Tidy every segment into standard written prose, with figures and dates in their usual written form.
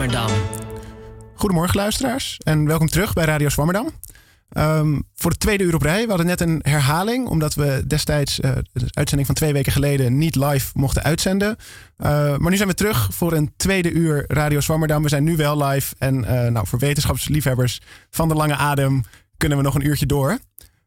Zwammerdam. Goedemorgen luisteraars en welkom terug bij Radio Zwammerdam. Voor de tweede uur op rij. We hadden net een herhaling omdat we destijds de uitzending van 2 weken geleden niet live mochten uitzenden. Maar nu zijn we terug voor een tweede uur Radio Zwammerdam. We zijn nu wel live en voor wetenschapsliefhebbers van de lange adem kunnen we nog een uurtje door.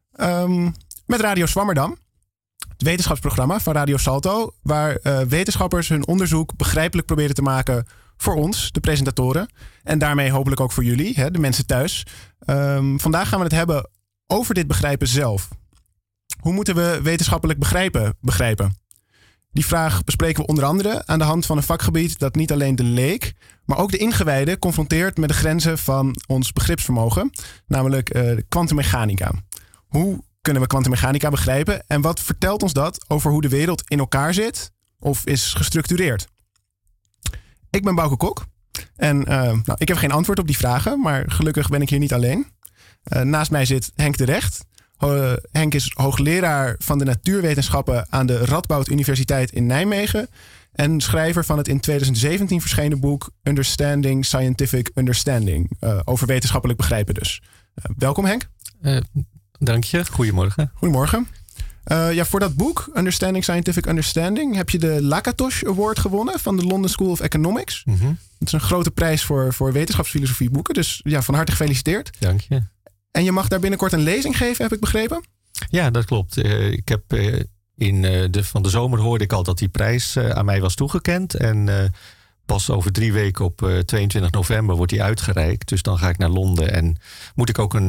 Met Radio Zwammerdam. Het wetenschapsprogramma van Radio Salto, waar wetenschappers hun onderzoek begrijpelijk proberen te maken voor ons, de presentatoren. En daarmee hopelijk ook voor jullie, de mensen thuis. Vandaag gaan we het hebben over dit begrijpen zelf. Hoe moeten we wetenschappelijk begrijpen? Die vraag bespreken we onder andere aan de hand van een vakgebied dat niet alleen de leek, maar ook de ingewijde confronteert met de grenzen van ons begripsvermogen, namelijk kwantummechanica. Hoe kunnen we kwantummechanica begrijpen en wat vertelt ons dat over hoe de wereld in elkaar zit of is gestructureerd? Ik ben Bouke Kok en ik heb geen antwoord op die vragen, maar gelukkig ben ik hier niet alleen. Naast mij zit Henk de Recht. Henk is hoogleraar van de natuurwetenschappen aan de Radboud Universiteit in Nijmegen en schrijver van het in 2017 verschenen boek Understanding Scientific Understanding, over wetenschappelijk begrijpen dus. Welkom Henk. Dank je. Goedemorgen. Goedemorgen. Voor dat boek, Understanding Scientific Understanding, heb je de Lakatos Award gewonnen van de London School of Economics. Mm-hmm. Dat is een grote prijs voor wetenschapsfilosofie boeken. Dus van harte gefeliciteerd. Dank je. En je mag daar binnenkort een lezing geven, heb ik begrepen? Ja, dat klopt. Ik heb van de zomer hoorde ik al dat die prijs aan mij was toegekend. En pas over 3 weken op 22 november wordt die uitgereikt. Dus dan ga ik naar Londen en moet ik ook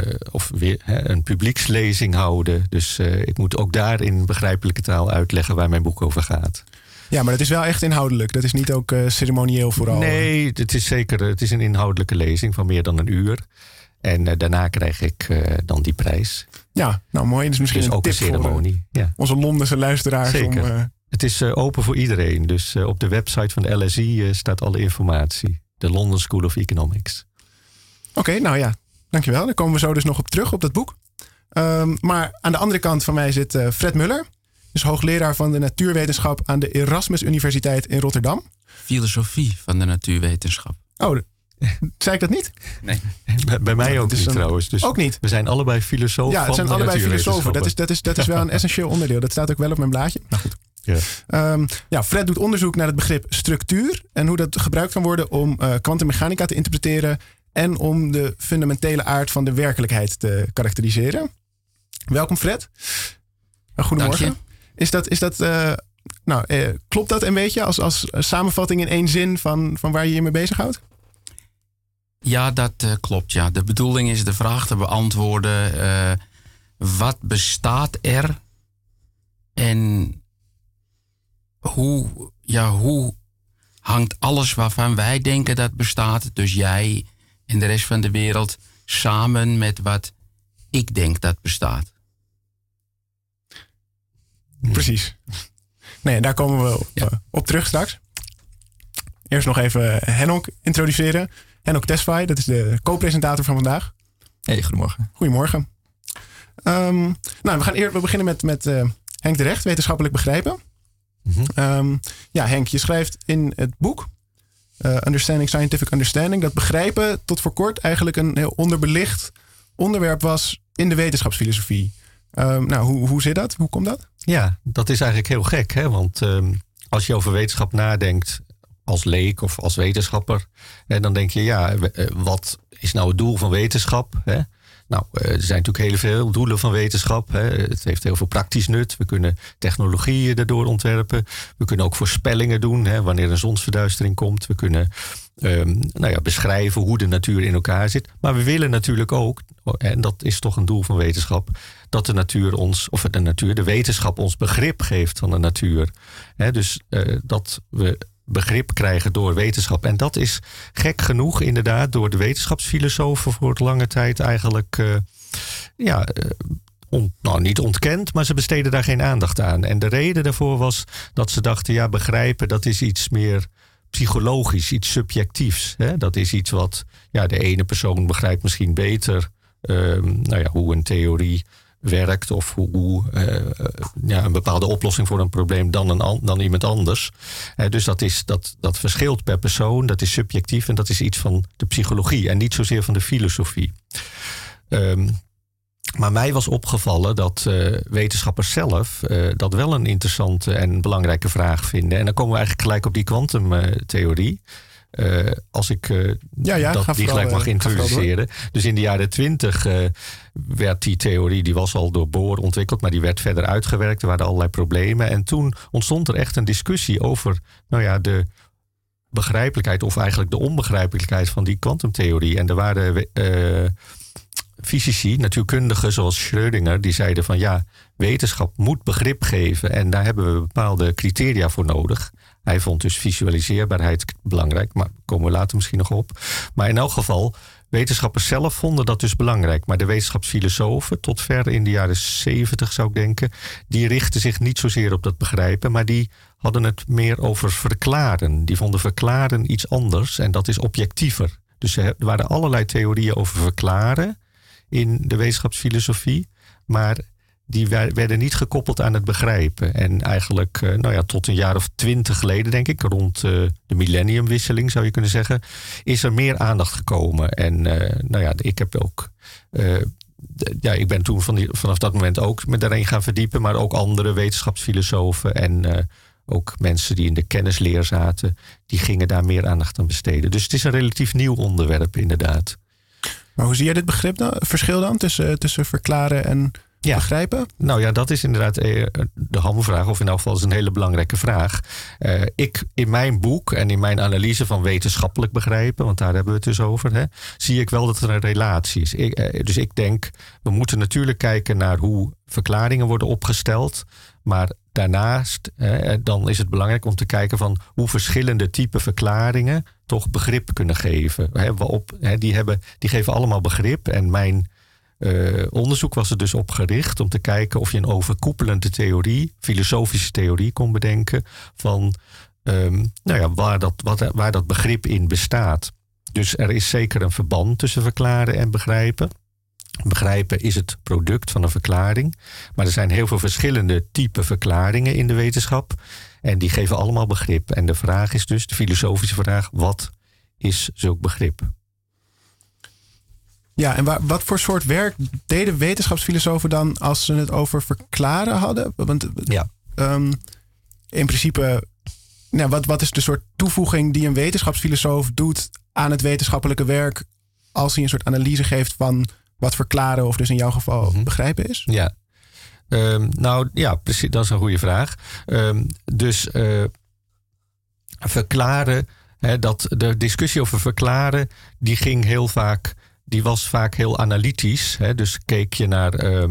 een publiekslezing houden. Dus ik moet ook daar in begrijpelijke taal uitleggen waar mijn boek over gaat. Ja, maar dat is wel echt inhoudelijk. Dat is niet ook ceremonieel vooral. Nee, het is een inhoudelijke lezing van meer dan een uur. En daarna krijg ik dan die prijs. Ja, nou mooi. Dus misschien ook een ceremonie. Voor onze Londense luisteraars. Zeker. Het is open voor iedereen. Dus op de website van de LSE staat alle informatie. De London School of Economics. Oké, dankjewel. Daar komen we zo dus nog op terug op dat boek. Maar aan de andere kant van mij zit Fred Muller. Dus hoogleraar van de natuurwetenschap aan de Erasmus Universiteit in Rotterdam. Filosofie van de natuurwetenschap. Oh, zei ik dat niet? Nee. Bij mij ook niet trouwens. Dus ook niet? We zijn allebei filosofen. Ja, het zijn allebei filosofen. Dat is wel een essentieel onderdeel. Dat staat ook wel op mijn blaadje. Nou goed. Ja. Fred doet onderzoek naar het begrip structuur en hoe dat gebruikt kan worden om kwantummechanica te interpreteren en om de fundamentele aard van de werkelijkheid te karakteriseren. Welkom Fred. Goedemorgen. Klopt dat een beetje als samenvatting in 1 zin van waar je je mee bezighoudt? Ja, dat klopt. Ja. De bedoeling is de vraag te beantwoorden: wat bestaat er en hoe hangt alles waarvan wij denken dat bestaat, dus jij en de rest van de wereld, samen met wat ik denk dat bestaat? Precies. Nee, daar komen we op terug straks. Eerst nog even Henok introduceren. Henok Tesfaye, dat is de co-presentator van vandaag. Hey, goedemorgen. Goedemorgen. We beginnen met Henk de Recht, wetenschappelijk begrijpen. Mm-hmm. Henk, je schrijft in het boek Understanding Scientific Understanding dat begrijpen tot voor kort eigenlijk een heel onderbelicht onderwerp was in de wetenschapsfilosofie. Hoe zit dat? Hoe komt dat? Ja, dat is eigenlijk heel gek. Hè? Want als je over wetenschap nadenkt als leek of als wetenschapper, dan denk je, wat is nou het doel van wetenschap? Hè? Nou, er zijn natuurlijk heel veel doelen van wetenschap. Hè. Het heeft heel veel praktisch nut. We kunnen technologieën daardoor ontwerpen. We kunnen ook voorspellingen doen, wanneer een zonsverduistering komt. We kunnen beschrijven hoe de natuur in elkaar zit. Maar we willen natuurlijk ook, en dat is toch een doel van wetenschap, dat de wetenschap ons begrip geeft van de natuur. Dus dat we begrip krijgen door wetenschap. En dat is gek genoeg inderdaad door de wetenschapsfilosofen voor lange tijd eigenlijk niet ontkend, maar ze besteden daar geen aandacht aan. En de reden daarvoor was dat ze dachten, begrijpen, dat is iets meer psychologisch, iets subjectiefs. Hè? Dat is iets wat de ene persoon begrijpt misschien beter hoe een theorie werkt of hoe een bepaalde oplossing voor een probleem dan iemand anders. Dus dat verschilt per persoon, dat is subjectief en dat is iets van de psychologie en niet zozeer van de filosofie. Maar mij was opgevallen dat wetenschappers zelf dat wel een interessante en belangrijke vraag vinden. En dan komen we eigenlijk gelijk op die kwantumtheorie. Als ik die gelijk mag introduceren. Dus in de jaren 20 werd die theorie, die was al door Bohr ontwikkeld, maar die werd verder uitgewerkt. Er waren allerlei problemen. En toen ontstond er echt een discussie over de begrijpelijkheid of eigenlijk de onbegrijpelijkheid van die kwantumtheorie. En er waren fysici, natuurkundigen zoals Schrödinger, die zeiden van wetenschap moet begrip geven en daar hebben we bepaalde criteria voor nodig. Hij vond dus visualiseerbaarheid belangrijk, maar daar komen we later misschien nog op. Maar in elk geval, wetenschappers zelf vonden dat dus belangrijk. Maar de wetenschapsfilosofen, tot ver in de jaren 70 zou ik denken, die richten zich niet zozeer op dat begrijpen, maar die hadden het meer over verklaren. Die vonden verklaren iets anders en dat is objectiever. Dus er waren allerlei theorieën over verklaren in de wetenschapsfilosofie, maar die werden niet gekoppeld aan het begrijpen. En eigenlijk tot een jaar of 20 geleden, denk ik, rond de millenniumwisseling zou je kunnen zeggen, is er meer aandacht gekomen. En ik heb ook ik ben toen vanaf dat moment ook me daarin gaan verdiepen, maar ook andere wetenschapsfilosofen en ook mensen die in de kennisleer zaten, die gingen daar meer aandacht aan besteden. Dus het is een relatief nieuw onderwerp, inderdaad. Maar hoe zie jij dit verschil dan tussen verklaren en begrijpen? Nou ja, dat is inderdaad de hamvraag, of in elk geval is een hele belangrijke vraag. In mijn boek en in mijn analyse van wetenschappelijk begrijpen, want daar hebben we het dus over, zie ik wel dat er een relatie is. Dus ik denk, we moeten natuurlijk kijken naar hoe verklaringen worden opgesteld, maar daarnaast dan is het belangrijk om te kijken van hoe verschillende typen verklaringen toch begrip kunnen geven. Die geven allemaal begrip en mijn onderzoek was er dus op gericht om te kijken of je een overkoepelende theorie, filosofische theorie kon bedenken van waar dat begrip in bestaat. Dus er is zeker een verband tussen verklaren en begrijpen. Begrijpen is het product van een verklaring. Maar er zijn heel veel verschillende typen verklaringen in de wetenschap. En die geven allemaal begrip. En de vraag is dus, de filosofische vraag, wat is zulk begrip? Ja, en wat voor soort werk deden wetenschapsfilosofen dan als ze het over verklaren hadden? Want in principe, wat is de soort toevoeging die een wetenschapsfilosoof doet aan het wetenschappelijke werk als hij een soort analyse geeft van wat verklaren of dus in jouw geval begrijpen is? Ja, precies, dat is een goede vraag. Verklaren, dat de discussie over verklaren, die was vaak heel analytisch. Dus keek je naar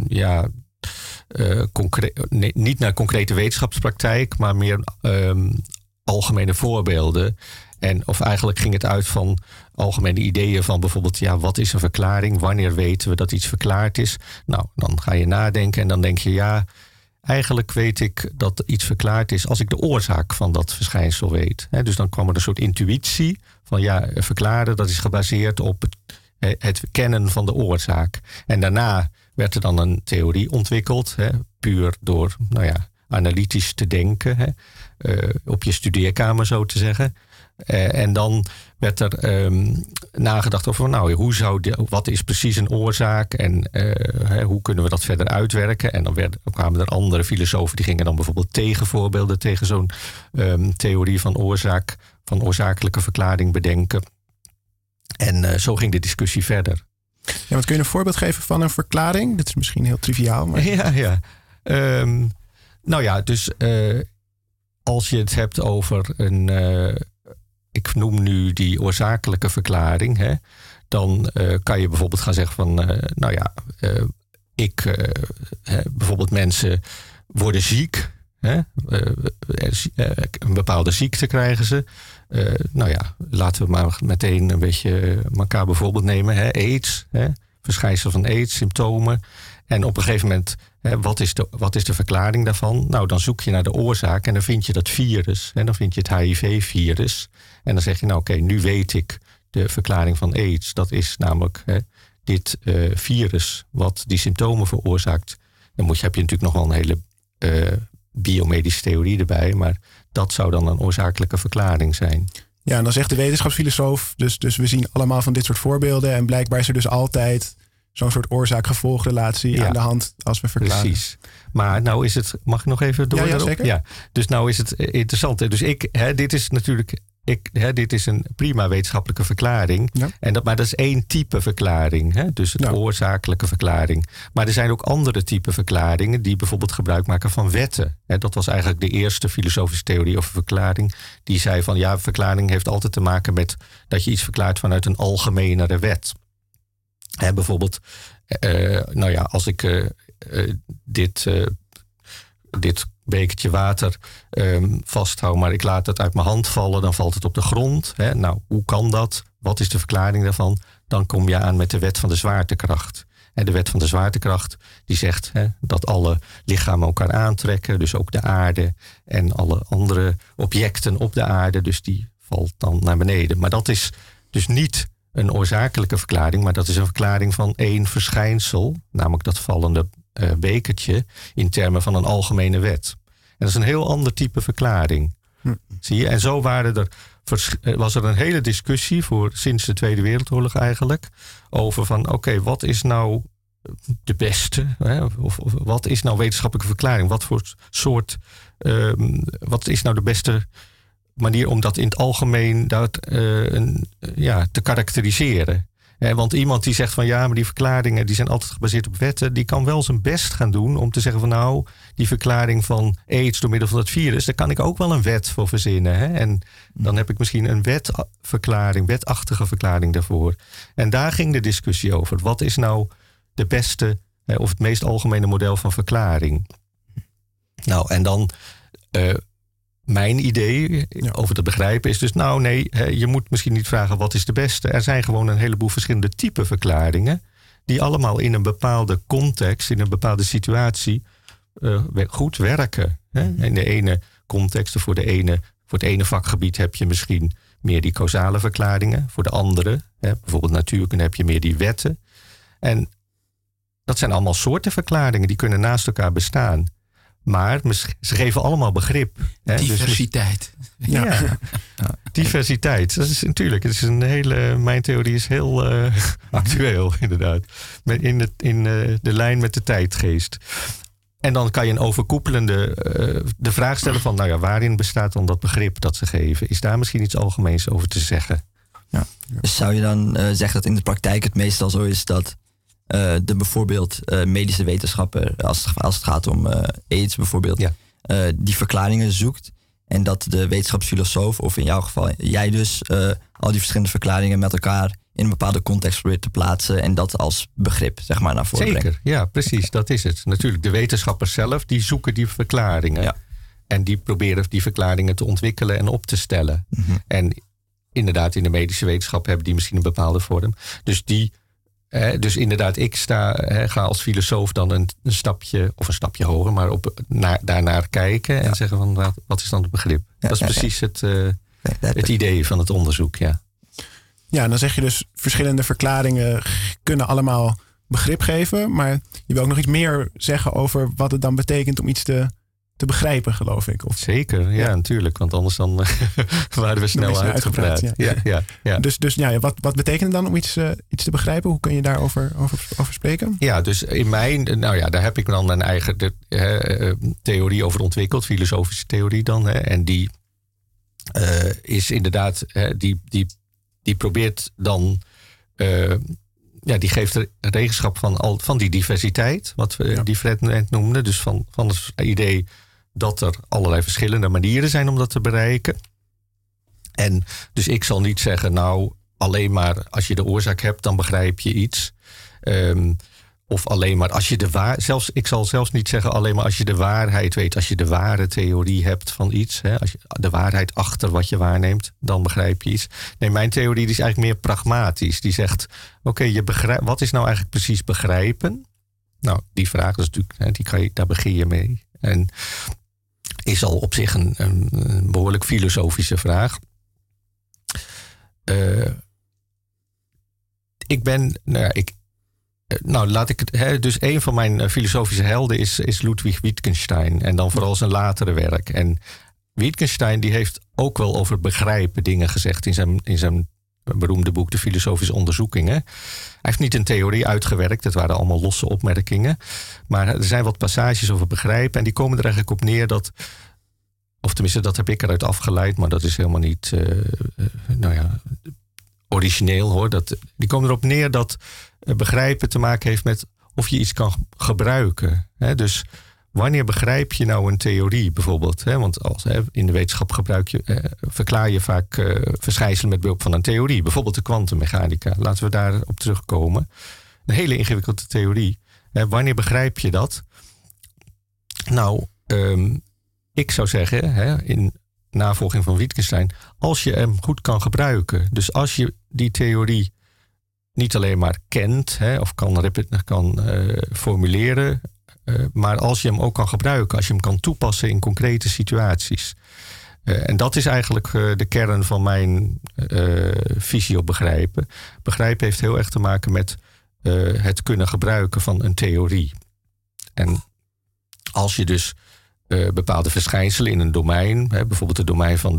niet naar concrete wetenschapspraktijk, maar meer algemene voorbeelden. Of eigenlijk ging het uit van algemene ideeën van bijvoorbeeld, wat is een verklaring? Wanneer weten we dat iets verklaard is? Nou, dan ga je nadenken en dan denk je, eigenlijk weet ik dat iets verklaard is als ik de oorzaak van dat verschijnsel weet. Dus dan kwam er een soort intuïtie van verklaren, dat is gebaseerd op het kennen van de oorzaak. En daarna werd er dan een theorie ontwikkeld, puur door analytisch te denken, op je studeerkamer zo te zeggen. En dan werd er nagedacht over wat is precies een oorzaak en hoe kunnen we dat verder uitwerken. En dan kwamen er andere filosofen die gingen dan bijvoorbeeld tegenvoorbeelden tegen zo'n theorie van oorzakelijke verklaring bedenken. En zo ging de discussie verder. Ja, want kun je een voorbeeld geven van een verklaring? Dit is misschien heel triviaal. Maar... Dus als je het hebt over ik noem nu die oorzakelijke verklaring, dan kan je bijvoorbeeld gaan zeggen van, bijvoorbeeld mensen worden ziek, een bepaalde ziekte krijgen ze. Laten we maar meteen een beetje macabre voorbeeld nemen. AIDS, verschijnsel van AIDS, symptomen. En op een gegeven moment, wat is de verklaring daarvan? Nou, dan zoek je naar de oorzaak en dan vind je dat virus. En dan vind je het HIV-virus. En dan zeg je, nu weet ik de verklaring van AIDS. Dat is namelijk dit virus wat die symptomen veroorzaakt, dan heb je natuurlijk nog wel een hele biomedische theorie erbij, maar dat zou dan een oorzakelijke verklaring zijn. Ja, en dan zegt de wetenschapsfilosoof, dus we zien allemaal van dit soort voorbeelden en blijkbaar is er dus altijd zo'n soort oorzaak-gevolgrelatie aan de hand als we verklaren. Precies. Maar nou is het, mag ik nog even door? Ja, zeker. Ja, dus nou is het interessant. Dus dit is natuurlijk, dit is een prima wetenschappelijke verklaring. Ja. Maar dat is één type verklaring. Hè? Dus een oorzakelijke verklaring. Maar er zijn ook andere type verklaringen die bijvoorbeeld gebruik maken van wetten. Dat was eigenlijk de eerste filosofische theorie over verklaring. Die zei van ja, verklaring heeft altijd te maken met dat je iets verklaart vanuit een algemenere wet. Bijvoorbeeld, als ik dit bekertje water vasthoud, maar ik laat het uit mijn hand vallen, dan valt het op de grond. Nou, hoe kan dat? Wat is de verklaring daarvan? Dan kom je aan met de wet van de zwaartekracht. En de wet van de zwaartekracht die zegt dat alle lichamen elkaar aantrekken, dus ook de aarde en alle andere objecten op de aarde, dus die valt dan naar beneden. Maar dat is dus niet een oorzakelijke verklaring, maar dat is een verklaring van één verschijnsel, namelijk dat vallende bekertje, in termen van een algemene wet. En dat is een heel ander type verklaring. Zie je? En zo was er een hele discussie sinds de Tweede Wereldoorlog eigenlijk, over van oké, wat is nou de beste? Of wat is nou wetenschappelijke verklaring? Wat voor soort, wat is nou de beste manier om dat in het algemeen te karakteriseren? Want iemand die zegt van ja, maar die verklaringen die zijn altijd gebaseerd op wetten, die kan wel zijn best gaan doen om te zeggen van nou, die verklaring van AIDS door middel van het virus, daar kan ik ook wel een wet voor verzinnen. En dan heb ik misschien een wetachtige verklaring daarvoor. En daar ging de discussie over. Wat is nou de beste of het meest algemene model van verklaring? Nou, en dan mijn idee over te begrijpen is dus je moet misschien niet vragen wat is de beste. Er zijn gewoon een heleboel verschillende type verklaringen die allemaal in een bepaalde context, in een bepaalde situatie goed werken. In de ene context, voor het ene vakgebied heb je misschien meer die causale verklaringen. Voor de andere, bijvoorbeeld natuurkunde, heb je meer die wetten. En dat zijn allemaal soorten verklaringen die kunnen naast elkaar bestaan. Maar ze geven allemaal begrip. Diversiteit. Diversiteit. Dat is natuurlijk, het is een hele, mijn theorie is heel actueel inderdaad. In de lijn met de tijdgeest. En dan kan je een overkoepelende de vraag stellen van, waarin bestaat dan dat begrip dat ze geven? Is daar misschien iets algemeens over te zeggen? Ja. Dus zou je dan zeggen dat in de praktijk het meestal zo is dat de bijvoorbeeld medische wetenschapper, als het gaat om AIDS bijvoorbeeld, die verklaringen zoekt en dat de wetenschapsfilosoof, of in jouw geval jij dus, al die verschillende verklaringen met elkaar in een bepaalde context probeert te plaatsen en dat als begrip zeg maar naar voren brengt. Zeker, ja precies, dat is het. Natuurlijk, de wetenschappers zelf, die zoeken die verklaringen. Ja. En die proberen die verklaringen te ontwikkelen en op te stellen. Mm-hmm. En inderdaad, in de medische wetenschap hebben die misschien een bepaalde vorm. Dus inderdaad, ik ga als filosoof dan een stapje hoger, maar daarnaar kijken en zeggen van wat is dan het begrip? Dat is precies het idee van het onderzoek, ja. Ja, en dan zeg je dus verschillende verklaringen kunnen allemaal begrip geven, maar je wil ook nog iets meer zeggen over wat het dan betekent om iets te begrijpen, geloof ik. Of, zeker, ja, natuurlijk. Want anders dan waren we snel uitgepraat. Ja. Dus wat betekent het dan om iets te begrijpen? Hoe kun je daarover over spreken? Ja, dus in daar heb ik dan mijn eigen theorie over ontwikkeld. Filosofische theorie dan. En die is inderdaad, die probeert dan, die geeft de regenschap van die diversiteit. Wat die Fred net noemde. Dus van het idee dat er allerlei verschillende manieren zijn om dat te bereiken. En dus ik zal niet zeggen, alleen maar als je de oorzaak hebt, dan begrijp je iets. Of alleen maar als je ik zal zelfs niet zeggen alleen maar als je de waarheid weet, als je de ware theorie hebt van iets, als je de waarheid achter wat je waarneemt, dan begrijp je iets. Nee, mijn theorie die is eigenlijk meer pragmatisch. Die zegt, oké, wat is nou eigenlijk precies begrijpen? Nou, die vraag is natuurlijk, daar begin je mee. En is al op zich een behoorlijk filosofische vraag. Nou, laat ik het. Dus een van mijn filosofische helden is Ludwig Wittgenstein. En dan vooral zijn latere werk. En Wittgenstein die heeft ook wel over begrijpen dingen gezegd in zijn beroemde boek De Filosofische Onderzoekingen. Hij heeft niet een theorie uitgewerkt. Het waren allemaal losse opmerkingen. Maar er zijn wat passages over begrijpen. En die komen er eigenlijk op neer dat... Of tenminste, dat heb ik eruit afgeleid. Maar dat is helemaal niet origineel, hoor. Die komen erop neer dat begrijpen te maken heeft met of je iets kan gebruiken. Dus wanneer begrijp je nou een theorie bijvoorbeeld? Want in de wetenschap verklaar je vaak verschijnselen met behulp van een theorie. Bijvoorbeeld de kwantummechanica. Laten we daarop terugkomen. Een hele ingewikkelde theorie. Wanneer begrijp je dat? Nou, ik zou zeggen, in navolging van Wittgenstein, als je hem goed kan gebruiken. Dus als je die theorie niet alleen maar kent of kan formuleren, maar als je hem ook kan gebruiken, als je hem kan toepassen in concrete situaties. En dat is eigenlijk de kern van mijn visie op begrijpen. Begrijpen heeft heel erg te maken met het kunnen gebruiken van een theorie. En als je dus bepaalde verschijnselen in een domein, bijvoorbeeld het domein van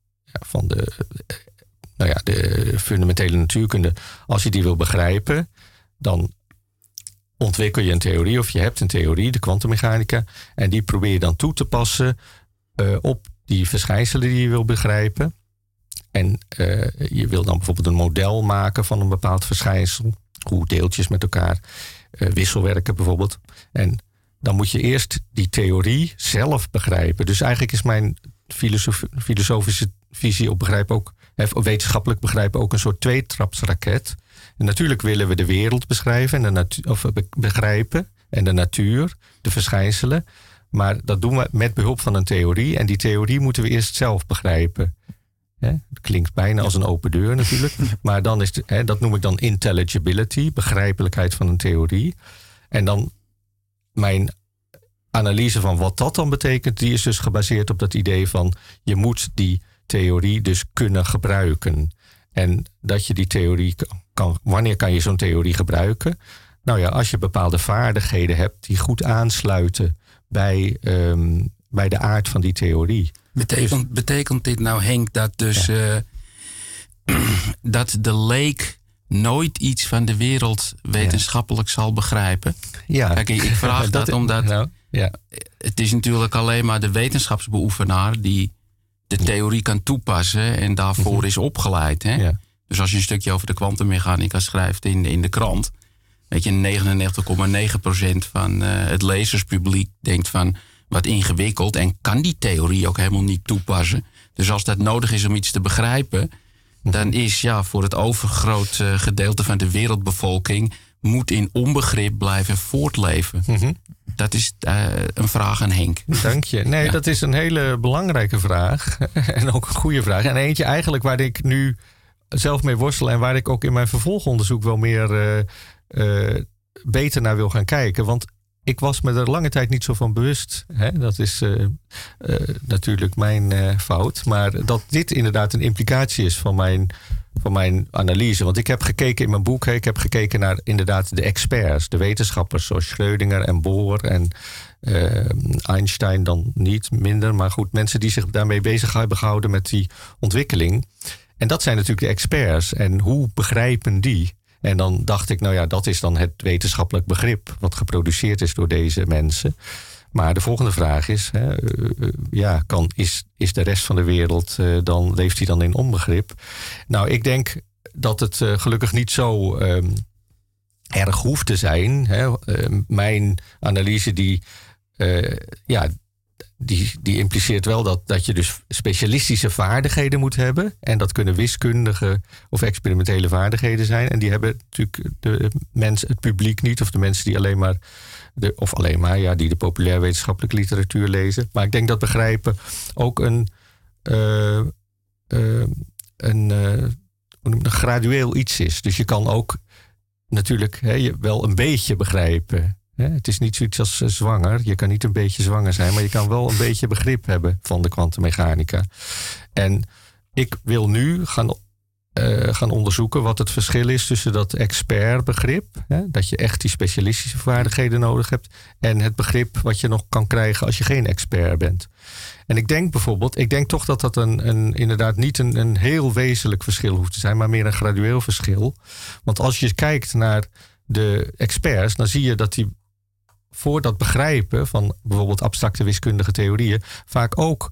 de fundamentele natuurkunde, als je die wil begrijpen, dan ontwikkel je een theorie of je hebt een theorie, de kwantummechanica, en die probeer je dan toe te passen op die verschijnselen die je wil begrijpen. En je wil dan bijvoorbeeld een model maken van een bepaald verschijnsel, hoe deeltjes met elkaar wisselwerken bijvoorbeeld. En dan moet je eerst die theorie zelf begrijpen. Dus eigenlijk is mijn filosofische visie op begrijpen ook, wetenschappelijk begrijpen ook een soort tweetrapsraket. En natuurlijk willen we de wereld beschrijven begrijpen en de natuur, de verschijnselen. Maar dat doen we met behulp van een theorie. En die theorie moeten we eerst zelf begrijpen. Dat klinkt bijna als een open deur natuurlijk. Maar dan dat noem ik dan intelligibility, begrijpelijkheid van een theorie. En dan mijn analyse van wat dat dan betekent, die is dus gebaseerd op dat idee van je moet die theorie dus kunnen gebruiken. En dat je die theorie wanneer kan je zo'n theorie gebruiken? Nou ja, als je bepaalde vaardigheden hebt die goed aansluiten bij de aard van die theorie. Betekent dit nou, Henk, dat dus dat de leek nooit iets van de wereld wetenschappelijk zal begrijpen? Ja. Kijk, ik vraag dat omdat het is natuurlijk alleen maar de wetenschapsbeoefenaar die de theorie kan toepassen en daarvoor is opgeleid. Hè? Ja. Dus als je een stukje over de kwantummechanica schrijft in de krant, weet je, 99,9% van het lezerspubliek denkt van wat ingewikkeld en kan die theorie ook helemaal niet toepassen. Dus als dat nodig is om iets te begrijpen, dan is voor het overgroot gedeelte van de wereldbevolking moet in onbegrip blijven voortleven. Dat is een vraag aan Henk. Dank je. Nee, dat is een hele belangrijke vraag. En ook een goede vraag. En eentje eigenlijk waar ik nu zelf mee worstel en waar ik ook in mijn vervolgonderzoek wel meer beter naar wil gaan kijken. Want ik was me er lange tijd niet zo van bewust. Dat is natuurlijk mijn fout. Maar dat dit inderdaad een implicatie is van mijn analyse. Want ik heb gekeken in mijn boek, ik heb gekeken naar inderdaad de experts, de wetenschappers zoals Schrödinger en Bohr en Einstein dan niet minder. Maar goed, mensen die zich daarmee bezig hebben gehouden met die ontwikkeling. En dat zijn natuurlijk de experts. En hoe begrijpen die? En dan dacht ik, dat is dan het wetenschappelijk begrip wat geproduceerd is door deze mensen. Maar de volgende vraag is, is de rest van de wereld, dan leeft die dan in onbegrip? Nou, ik denk dat het gelukkig niet zo erg hoeft te zijn. Mijn analyse die impliceert wel dat je dus specialistische vaardigheden moet hebben. En dat kunnen wiskundige of experimentele vaardigheden zijn. En die hebben natuurlijk het publiek niet, of de mensen die die de populair wetenschappelijke literatuur lezen. Maar ik denk dat begrijpen ook een gradueel iets is. Dus je kan ook natuurlijk wel een beetje begrijpen. Het is niet zoiets als zwanger. Je kan niet een beetje zwanger zijn, maar je kan wel een beetje begrip hebben van de kwantummechanica. En ik wil nu gaan gaan onderzoeken wat het verschil is tussen dat expertbegrip, dat je echt die specialistische vaardigheden nodig hebt, en het begrip wat je nog kan krijgen als je geen expert bent. En ik denk toch dat dat inderdaad niet een heel wezenlijk verschil hoeft te zijn, maar meer een gradueel verschil. Want als je kijkt naar de experts, dan zie je dat die voor dat begrijpen van bijvoorbeeld abstracte wiskundige theorieën vaak ook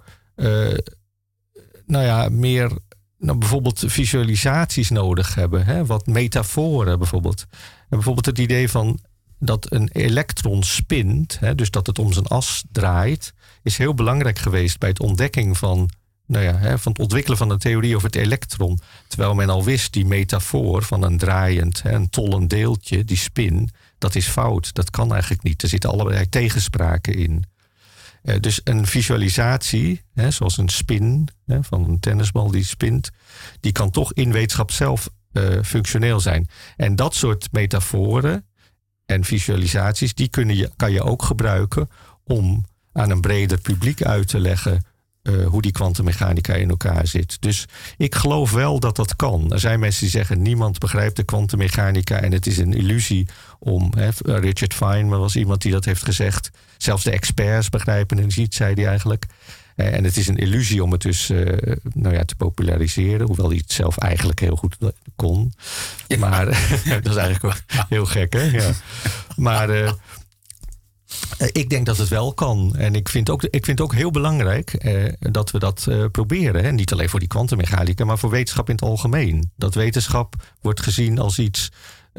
meer bijvoorbeeld visualisaties nodig hebben. Hè? Wat metaforen bijvoorbeeld. En bijvoorbeeld het idee van dat een elektron spint, hè, dus dat het om zijn as draait, is heel belangrijk geweest bij het ontdekking van het ontwikkelen van een theorie over het elektron. Terwijl men al wist, die metafoor van een draaiend, een tollend deeltje, die spin, dat is fout. Dat kan eigenlijk niet. Er zitten allerlei tegenspraken in. Dus een visualisatie, zoals een spin van een tennisbal die spint, die kan toch in wetenschap zelf functioneel zijn. En dat soort metaforen en visualisaties, die kan je ook gebruiken om aan een breder publiek uit te leggen hoe die kwantummechanica in elkaar zit. Dus ik geloof wel dat dat kan. Er zijn mensen die zeggen, niemand begrijpt de kwantummechanica en het is een illusie om... Richard Feynman was iemand die dat heeft gezegd. Zelfs de experts begrijpen het niet, zei hij eigenlijk. En het is een illusie om het dus te populariseren. Hoewel hij het zelf eigenlijk heel goed kon. Ja. Maar dat is eigenlijk ook heel gek, hè? Ja. Maar... ik denk dat het wel kan. En ik vind het ook heel belangrijk dat we dat proberen. Hè? Niet alleen voor die kwantummechanica, maar voor wetenschap in het algemeen. Dat wetenschap wordt gezien als iets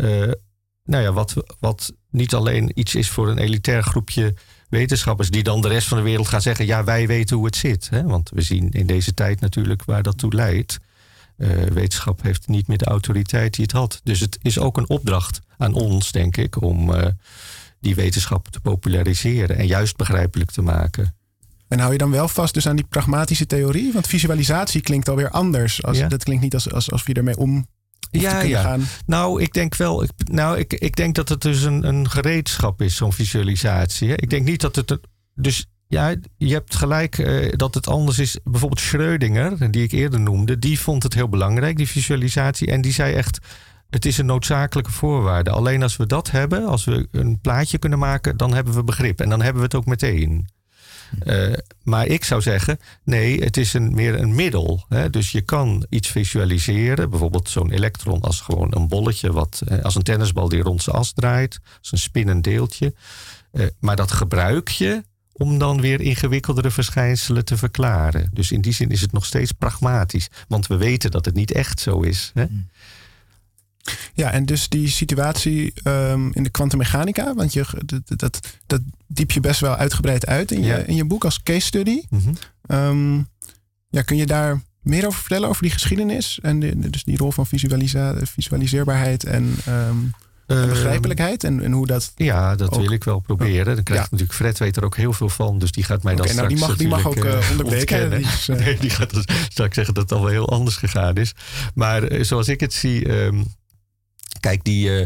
wat niet alleen iets is voor een elitair groepje wetenschappers die dan de rest van de wereld gaan zeggen, ja, wij weten hoe het zit. Hè? Want we zien in deze tijd natuurlijk waar dat toe leidt. Wetenschap heeft niet meer de autoriteit die het had. Dus het is ook een opdracht aan ons, denk ik, om die wetenschap te populariseren en juist begrijpelijk te maken. En hou je dan wel vast dus aan die pragmatische theorie? Want visualisatie klinkt alweer anders. Dat klinkt niet alsof je ermee om te gaan. Nou, ik denk wel. Ik denk dat het dus een gereedschap is, zo'n visualisatie. Hè? Ik denk niet dat het. Dus ja, je hebt gelijk dat het anders is. Bijvoorbeeld Schrödinger, die ik eerder noemde, die vond het heel belangrijk, die visualisatie. En die zei echt, het is een noodzakelijke voorwaarde. Alleen als we dat hebben, als we een plaatje kunnen maken, dan hebben we begrip. En dan hebben we het ook meteen. Maar ik zou zeggen, nee, het is meer een middel. Hè? Dus je kan iets visualiseren. Bijvoorbeeld zo'n elektron als gewoon een bolletje, als een tennisbal die rond zijn as draait. Als een spinnend deeltje. Maar dat gebruik je om dan weer ingewikkeldere verschijnselen te verklaren. Dus in die zin is het nog steeds pragmatisch. Want we weten dat het niet echt zo is. Hè? Ja, en dus die situatie in de kwantummechanica, want dat diep je best wel uitgebreid uit in je boek als case study. Mm-hmm. Kun je daar meer over vertellen, over die geschiedenis? En dus die rol van visualiseerbaarheid en begrijpelijkheid en hoe dat... Ja, dat wil ik wel proberen. Dan krijgt natuurlijk Fred weet er ook heel veel van, dus die gaat mij dan straks die mag ook onderbreken. Die gaat dus straks zeggen dat het al wel heel anders gegaan is. Maar zoals ik het zie... Kijk,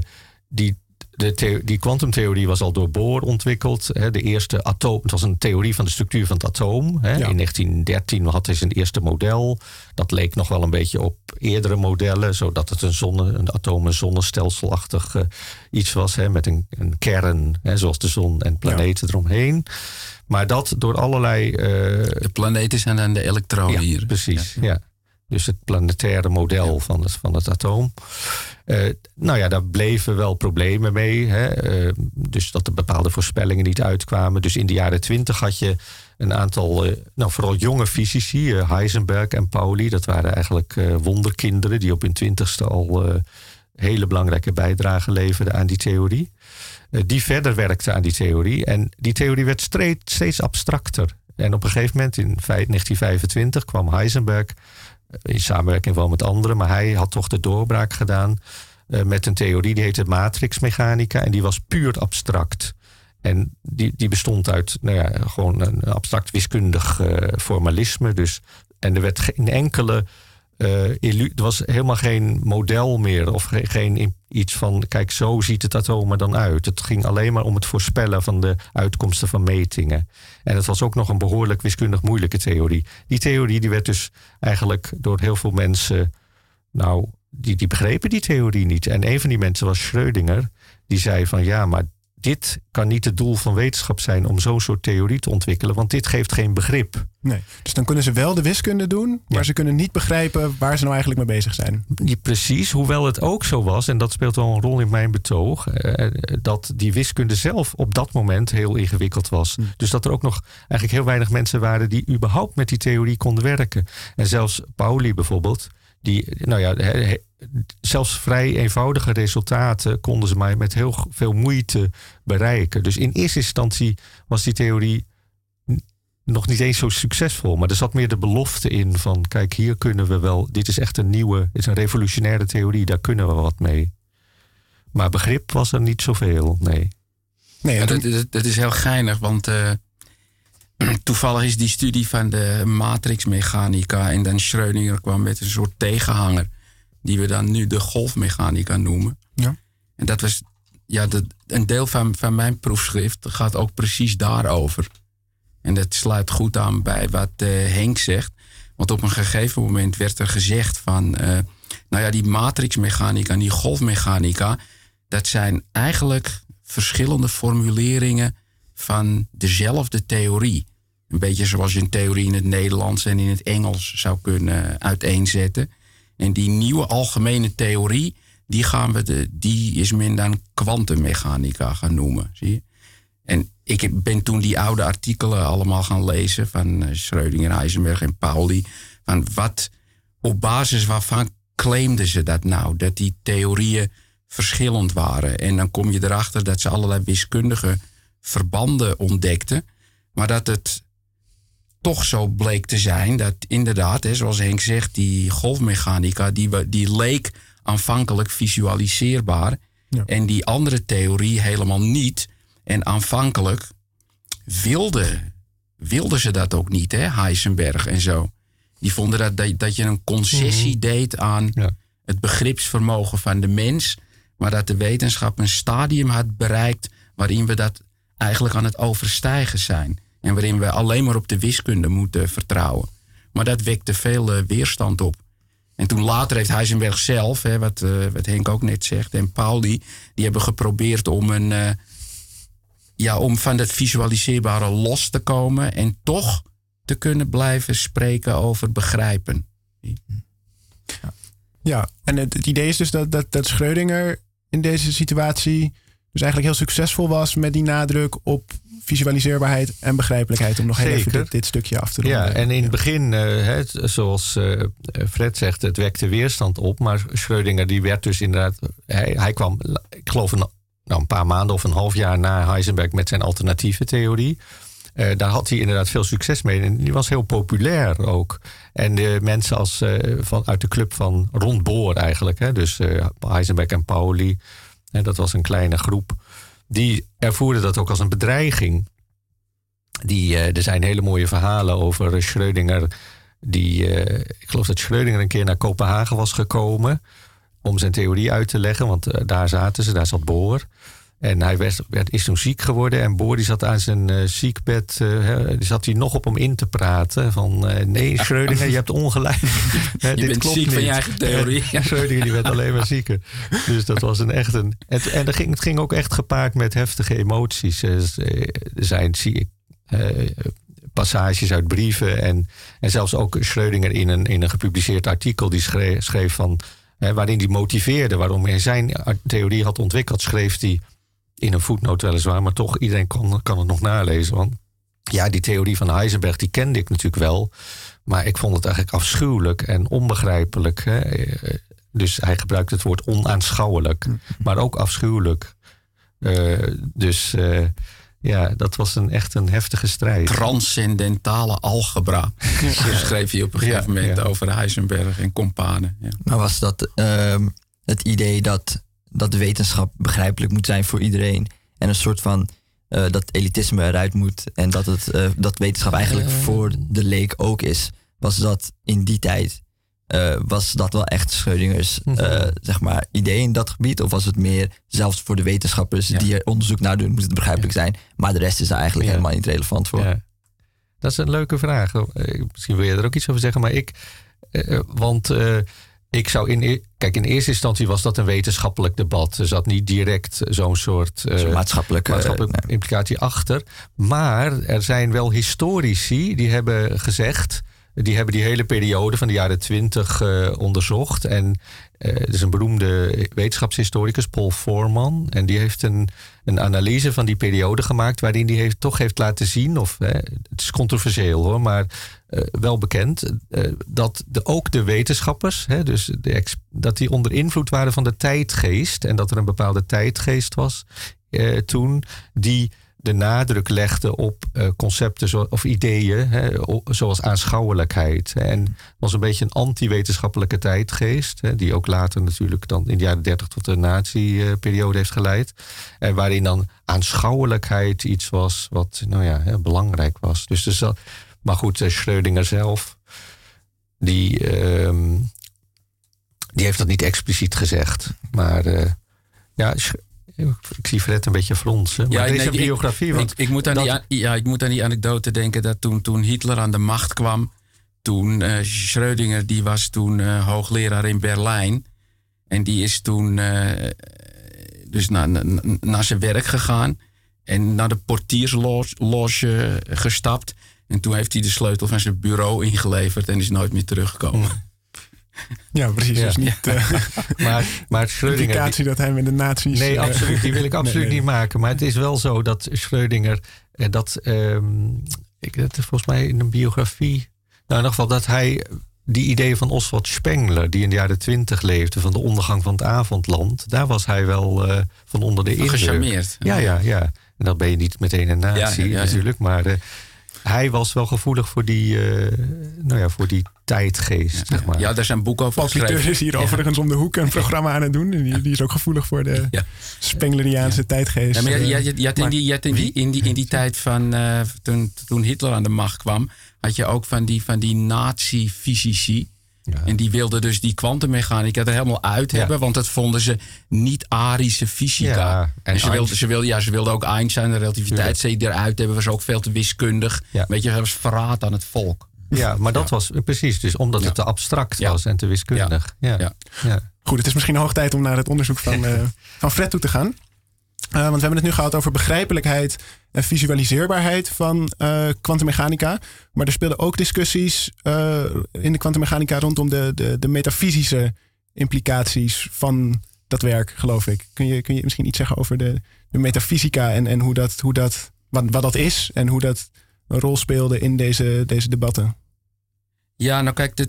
die kwantumtheorie was al door Bohr ontwikkeld. Hè, de eerste atoom, het was een theorie van de structuur van het atoom. Hè. Ja. In 1913 had hij zijn eerste model. Dat leek nog wel een beetje op eerdere modellen, zodat het een atoom een zonnestelselachtig iets was, hè, met een kern, hè, zoals de zon en planeten eromheen. Maar dat door allerlei... de planeten zijn dan de elektronen hier. Precies, ja. Dus het planetaire model van het atoom. Daar bleven wel problemen mee. Hè? Dus dat er bepaalde voorspellingen niet uitkwamen. Dus in de jaren 20 had je een aantal, vooral jonge fysici, Heisenberg en Pauli. Dat waren eigenlijk wonderkinderen die op hun 20ste al hele belangrijke bijdrage leverden aan die theorie. Die verder werkten aan die theorie. En die theorie werd steeds abstracter. En op een gegeven moment in 1925 kwam Heisenberg, in samenwerking wel met anderen, maar hij had toch de doorbraak gedaan met een theorie die heette matrixmechanica en die was puur abstract. En die bestond uit gewoon een abstract wiskundig formalisme. Dus, en er werd geen enkele... er was helemaal geen model meer of geen iets van, kijk, zo ziet het atoom er dan uit. Het ging alleen maar om het voorspellen van de uitkomsten van metingen. En het was ook nog een behoorlijk wiskundig moeilijke theorie. Die theorie die werd dus eigenlijk door heel veel mensen Nou, die begrepen die theorie niet. En een van die mensen was Schrödinger. Die zei van ja, maar dit kan niet het doel van wetenschap zijn om zo'n soort theorie te ontwikkelen. Want dit geeft geen begrip. Nee. Dus dan kunnen ze wel de wiskunde doen, maar ze kunnen niet begrijpen waar ze nou eigenlijk mee bezig zijn. Precies, hoewel het ook zo was, en dat speelt wel een rol in mijn betoog, dat die wiskunde zelf op dat moment heel ingewikkeld was. Dus dat er ook nog eigenlijk heel weinig mensen waren die überhaupt met die theorie konden werken. En zelfs Pauli bijvoorbeeld, zelfs vrij eenvoudige resultaten konden ze maar met heel veel moeite bereiken. Dus in eerste instantie was die theorie nog niet eens zo succesvol. Maar er zat meer de belofte in van kijk, hier kunnen we wel. Dit is echt dit is een revolutionaire theorie. Daar kunnen we wat mee. Maar begrip was er niet zoveel, nee. Dat is heel geinig, want toevallig is die studie van de matrixmechanica en dan Schrödinger kwam met een soort tegenhanger die we dan nu de golfmechanica noemen. Ja. En dat was een deel van mijn proefschrift gaat ook precies daarover. En dat sluit goed aan bij wat Henk zegt. Want op een gegeven moment werd er gezegd van die matrixmechanica en die golfmechanica, dat zijn eigenlijk verschillende formuleringen van dezelfde theorie. Een beetje zoals je een theorie in het Nederlands en in het Engels zou kunnen uiteenzetten. En die nieuwe algemene theorie, die is men dan kwantummechanica gaan noemen. Zie je? En ik ben toen die oude artikelen allemaal gaan lezen van Schrödinger, Heisenberg en Pauli. Van op basis waarvan claimden ze dat nou? Dat die theorieën verschillend waren. En dan kom je erachter dat ze allerlei wiskundige verbanden ontdekten. Maar dat het toch zo bleek te zijn dat inderdaad, zoals Henk zegt, die golfmechanica, die leek aanvankelijk visualiseerbaar. Ja. En die andere theorie helemaal niet. En aanvankelijk wilden ze dat ook niet, Heisenberg en zo. Die vonden dat je een concessie deed aan het begripsvermogen van de mens, maar dat de wetenschap een stadium had bereikt waarin we dat eigenlijk aan het overstijgen zijn. En waarin we alleen maar op de wiskunde moeten vertrouwen. Maar dat wekte veel weerstand op. En toen later heeft Heisenberg zelf, wat Henk ook net zegt, en Pauli, die hebben geprobeerd om van dat visualiseerbare los te komen en toch te kunnen blijven spreken over begrijpen. Ja, en het idee is dus dat Schrödinger in deze situatie dus eigenlijk heel succesvol was met die nadruk op visualiseerbaarheid en begrijpelijkheid. Om nog heel even dit stukje af te ronden. Ja, en in het begin, zoals Fred zegt, het wekte weerstand op. Maar Schrödinger die werd dus inderdaad, hij kwam, ik geloof een paar maanden of een half jaar na Heisenberg met zijn alternatieve theorie. Daar had hij inderdaad veel succes mee. En die was heel populair ook. En de mensen uit de club van rond Bohr eigenlijk. Dus Heisenberg en Pauli. Dat was een kleine groep. Die ervoerden dat ook als een bedreiging. Er zijn hele mooie verhalen over Schrödinger. Ik geloof dat Schrödinger een keer naar Kopenhagen was gekomen om zijn theorie uit te leggen. Want daar zat Bohr. En hij is toen ziek geworden. En Bohr die zat aan zijn ziekbed. Die zat hij nog op om in te praten. Van nee, Schrödinger, je hebt ongelijk. Je dit bent ziek niet van je eigen theorie. Schrödinger die werd alleen maar zieker. Dus dat was en het ging ook echt gepaard met heftige emoties. Er zijn passages uit brieven. En zelfs ook Schrödinger in een gepubliceerd artikel. Die schreef van, waarin hij motiveerde waarom hij zijn theorie had ontwikkeld. Schreef hij in een voetnoot weliswaar, maar toch iedereen kan het nog nalezen. Want ja, die theorie van Heisenberg, die kende ik natuurlijk wel. Maar ik vond het eigenlijk afschuwelijk en onbegrijpelijk. Dus hij gebruikt het woord onaanschouwelijk, maar ook afschuwelijk. Dat was echt een heftige strijd. Transcendentale algebra. Dus schreef hij op een gegeven moment over Heisenberg en companen. Ja. Maar was dat het idee dat de wetenschap begrijpelijk moet zijn voor iedereen en een soort van dat elitisme eruit moet en dat wetenschap eigenlijk voor de leek ook is? Was dat in die tijd, was dat wel echt Schrödingers idee in dat gebied? Of was het meer, zelfs voor de wetenschappers die er onderzoek naar doen, moet het begrijpelijk zijn, maar de rest is er eigenlijk helemaal niet relevant voor? Ja. Dat is een leuke vraag. Misschien wil je er ook iets over zeggen, maar Ik zou in eerste instantie was dat een wetenschappelijk debat. Er zat niet direct zo'n soort maatschappelijke implicatie achter. Maar er zijn wel historici die hebben gezegd... Die hebben die hele periode van de jaren 20 onderzocht. En er is een beroemde wetenschapshistoricus, Paul Foreman. En die heeft een analyse van die periode gemaakt... waarin hij toch heeft laten zien... het is controversieel hoor, maar wel bekend... dat ook de wetenschappers... dat die onder invloed waren van de tijdgeest... en dat er een bepaalde tijdgeest was toen... die de nadruk legde op concepten of ideeën, zoals aanschouwelijkheid. En was een beetje een anti-wetenschappelijke tijdgeest, die ook later natuurlijk dan in de jaren 30 tot de nazi-periode heeft geleid. En waarin dan aanschouwelijkheid iets was wat belangrijk was. Maar goed, Schrödinger zelf, die heeft dat niet expliciet gezegd. Maar ik zie Fred een beetje fronsen. Maar deze biografie... Ik moet aan die anekdote denken dat toen Hitler aan de macht kwam... toen Schrödinger, die was toen hoogleraar in Berlijn... en die is toen dus naar zijn werk gegaan... en naar de portiersloge gestapt... en toen heeft hij de sleutel van zijn bureau ingeleverd... en is nooit meer teruggekomen. Ja, precies. Ja. Dus niet maar Schrödinger... implicatie dat hij met de nazi's... Nee, absoluut. Die wil ik absoluut niet maken. Maar het is wel zo dat Schrödinger... dat volgens mij in een biografie... Nou, in ieder geval dat hij... die ideeën van Oswald Spengler... die in de jaren 20 leefde... van de ondergang van het avondland... daar was hij wel van onder de indruk. Gecharmeerd. Ja. En dan ben je niet meteen een nazi natuurlijk. Maar hij was wel gevoelig voor die... voor die tijdgeest, zeg maar. Ja, daar zijn boeken over geschreven. Paul Cliteur is hier overigens om de hoek een programma aan het doen. En die is ook gevoelig voor de Spengleriaanse tijdgeest. Ja, maar je had in die tijd van toen Hitler aan de macht kwam... had je ook van die nazi-fysici. Ja. En die wilden dus die kwantummechanica er helemaal uit hebben. Want dat vonden ze niet-arische fysica. Ja, en ze wilden ook Einstein, de relativiteitstheorie eruit hebben. Was ook veel te wiskundig. Ja. Weet je, dat was verraad aan het volk. Ja, maar dat was precies dus omdat het te abstract was en te wiskundig. Ja. Goed, het is misschien hoog tijd om naar het onderzoek van Fred toe te gaan. Want we hebben het nu gehad over begrijpelijkheid en visualiseerbaarheid van kwantummechanica. Maar er speelden ook discussies in de kwantummechanica rondom de metafysische implicaties van dat werk, geloof ik. Kun je misschien iets zeggen over de metafysica en wat dat is en hoe dat een rol speelde in deze debatten? Ja, nou kijk,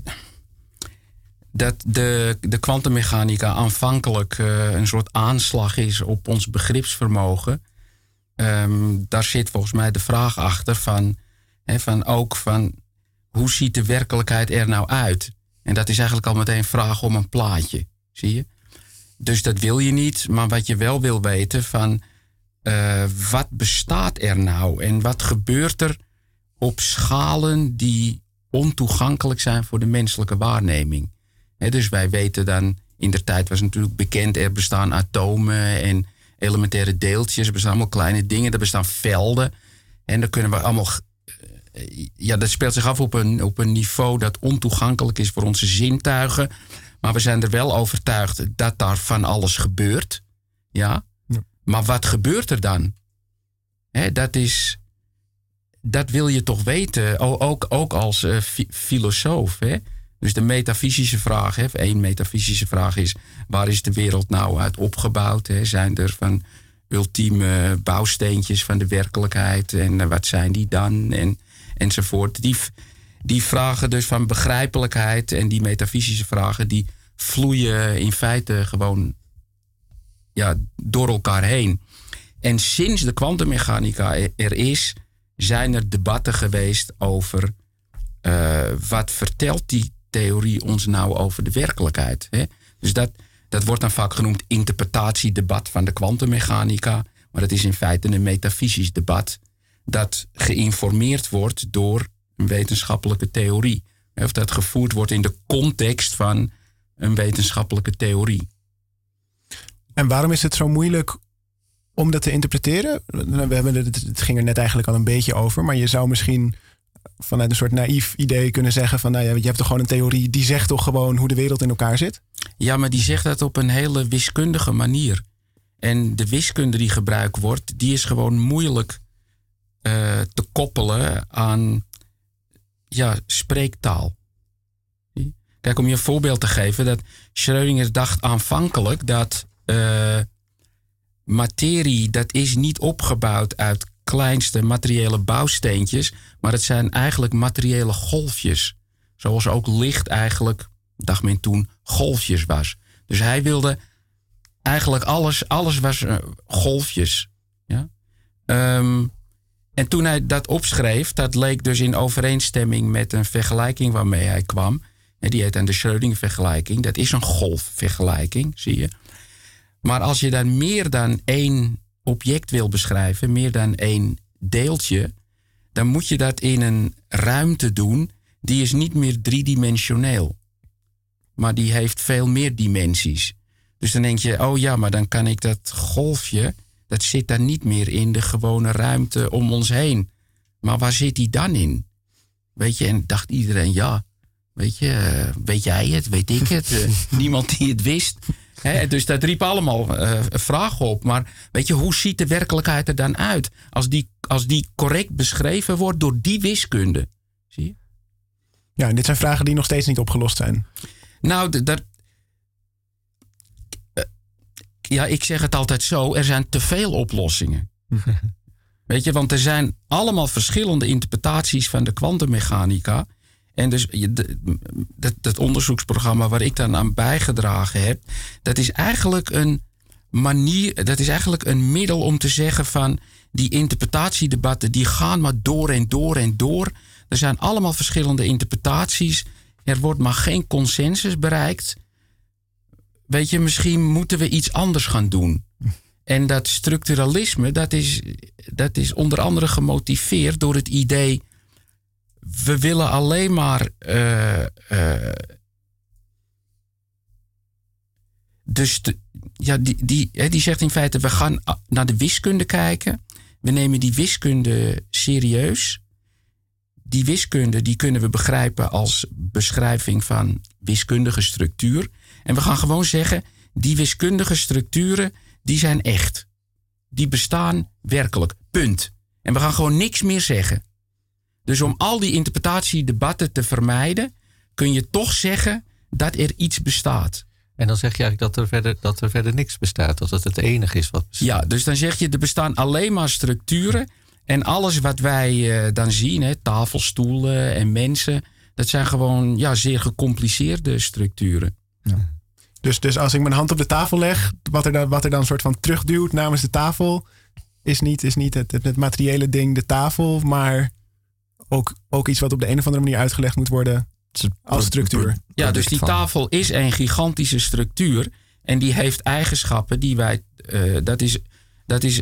dat de kwantummechanica aanvankelijk een soort aanslag is op ons begripsvermogen. Daar zit volgens mij de vraag achter van hoe ziet de werkelijkheid er nou uit? En dat is eigenlijk al meteen een vraag om een plaatje, zie je? Dus dat wil je niet, maar wat je wel wil weten van wat bestaat er nou? En wat gebeurt er op schalen die ontoegankelijk zijn voor de menselijke waarneming? Dus wij weten dan, in der tijd was natuurlijk bekend, er bestaan atomen en elementaire deeltjes, er bestaan allemaal kleine dingen, er bestaan velden. En dan kunnen we allemaal, dat speelt zich af op een niveau dat ontoegankelijk is voor onze zintuigen. Maar we zijn er wel overtuigd dat daar van alles gebeurt. Ja. Maar wat gebeurt er dan? Dat wil je toch weten, ook als filosoof. Dus de metafysische vraag, één metafysische vraag is... waar is de wereld nou uit opgebouwd? Zijn er van ultieme bouwsteentjes van de werkelijkheid? En wat zijn die dan? Enzovoort. Die vragen dus van begrijpelijkheid en die metafysische vragen... die vloeien in feite gewoon door elkaar heen. En sinds de kwantummechanica er is... zijn er debatten geweest over... wat vertelt die theorie ons nou over de werkelijkheid? Dus dat wordt dan vaak genoemd interpretatiedebat van de kwantummechanica. Maar dat is in feite een metafysisch debat... dat geïnformeerd wordt door een wetenschappelijke theorie. Of dat gevoerd wordt in de context van een wetenschappelijke theorie. En waarom is het zo moeilijk om dat te interpreteren? Het ging er net eigenlijk al een beetje over. Maar je zou misschien vanuit een soort naïef idee kunnen zeggen van, nou ja, je hebt toch gewoon een theorie die zegt toch gewoon hoe de wereld in elkaar zit? Ja, maar die zegt dat op een hele wiskundige manier. En de wiskunde die gebruikt wordt, die is gewoon moeilijk te koppelen aan spreektaal. Kijk, om je een voorbeeld te geven, dat Schrödinger dacht aanvankelijk dat materie, dat is niet opgebouwd uit kleinste materiële bouwsteentjes, maar het zijn eigenlijk materiële golfjes. Zoals ook licht eigenlijk, dacht men toen, golfjes was. Dus hij wilde eigenlijk alles was golfjes. Ja? En toen hij dat opschreef, dat leek dus in overeenstemming met een vergelijking waarmee hij kwam. En die heet dan de Schrödinger-vergelijking. Dat is een golfvergelijking, zie je. Maar als je dan meer dan één object wil beschrijven, meer dan één deeltje, dan moet je dat in een ruimte doen. Die is niet meer driedimensioneel. Maar die heeft veel meer dimensies. Dus dan denk je, oh ja, maar dan kan ik dat golfje, dat zit dan niet meer in de gewone ruimte om ons heen. Maar waar zit die dan in? Weet je, en dacht iedereen, ja, weet je, weet jij het, weet ik het. Niemand die het wist. Dus dat riep allemaal vragen op. Maar weet je, hoe ziet de werkelijkheid er dan uit? Als die correct beschreven wordt door die wiskunde. Zie je? Ja, en dit zijn vragen die nog steeds niet opgelost zijn. Nou, ik zeg het altijd zo. Er zijn te veel oplossingen. Weet je, want er zijn allemaal verschillende interpretaties van de kwantummechanica. En dus dat onderzoeksprogramma waar ik dan aan bijgedragen heb, dat is eigenlijk een manier, dat is eigenlijk een middel om te zeggen van die interpretatiedebatten, die gaan maar door en door en door. Er zijn allemaal verschillende interpretaties. Er wordt maar geen consensus bereikt. Weet je, misschien moeten we iets anders gaan doen. En dat structuralisme, dat is onder andere gemotiveerd door het idee, we willen alleen maar die zegt in feite, we gaan naar de wiskunde kijken. We nemen die wiskunde serieus. Die wiskunde die kunnen we begrijpen als beschrijving van wiskundige structuur. En we gaan gewoon zeggen, die wiskundige structuren, die zijn echt. Die bestaan werkelijk. Punt. En we gaan gewoon niks meer zeggen. Dus om al die interpretatiedebatten te vermijden, kun je toch zeggen dat er iets bestaat. En dan zeg je eigenlijk dat er verder niks bestaat. Dat het enige is wat bestaat. Ja, dus dan zeg je, er bestaan alleen maar structuren. En alles wat wij dan zien, tafelstoelen en mensen, dat zijn gewoon zeer gecompliceerde structuren. Ja. Dus als ik mijn hand op de tafel leg, wat er dan soort van terugduwt namens de tafel, is niet het materiële ding de tafel, maar ook iets wat op de een of andere manier uitgelegd moet worden als structuur. Ja, dus die tafel is een gigantische structuur en die heeft eigenschappen die wij, dat is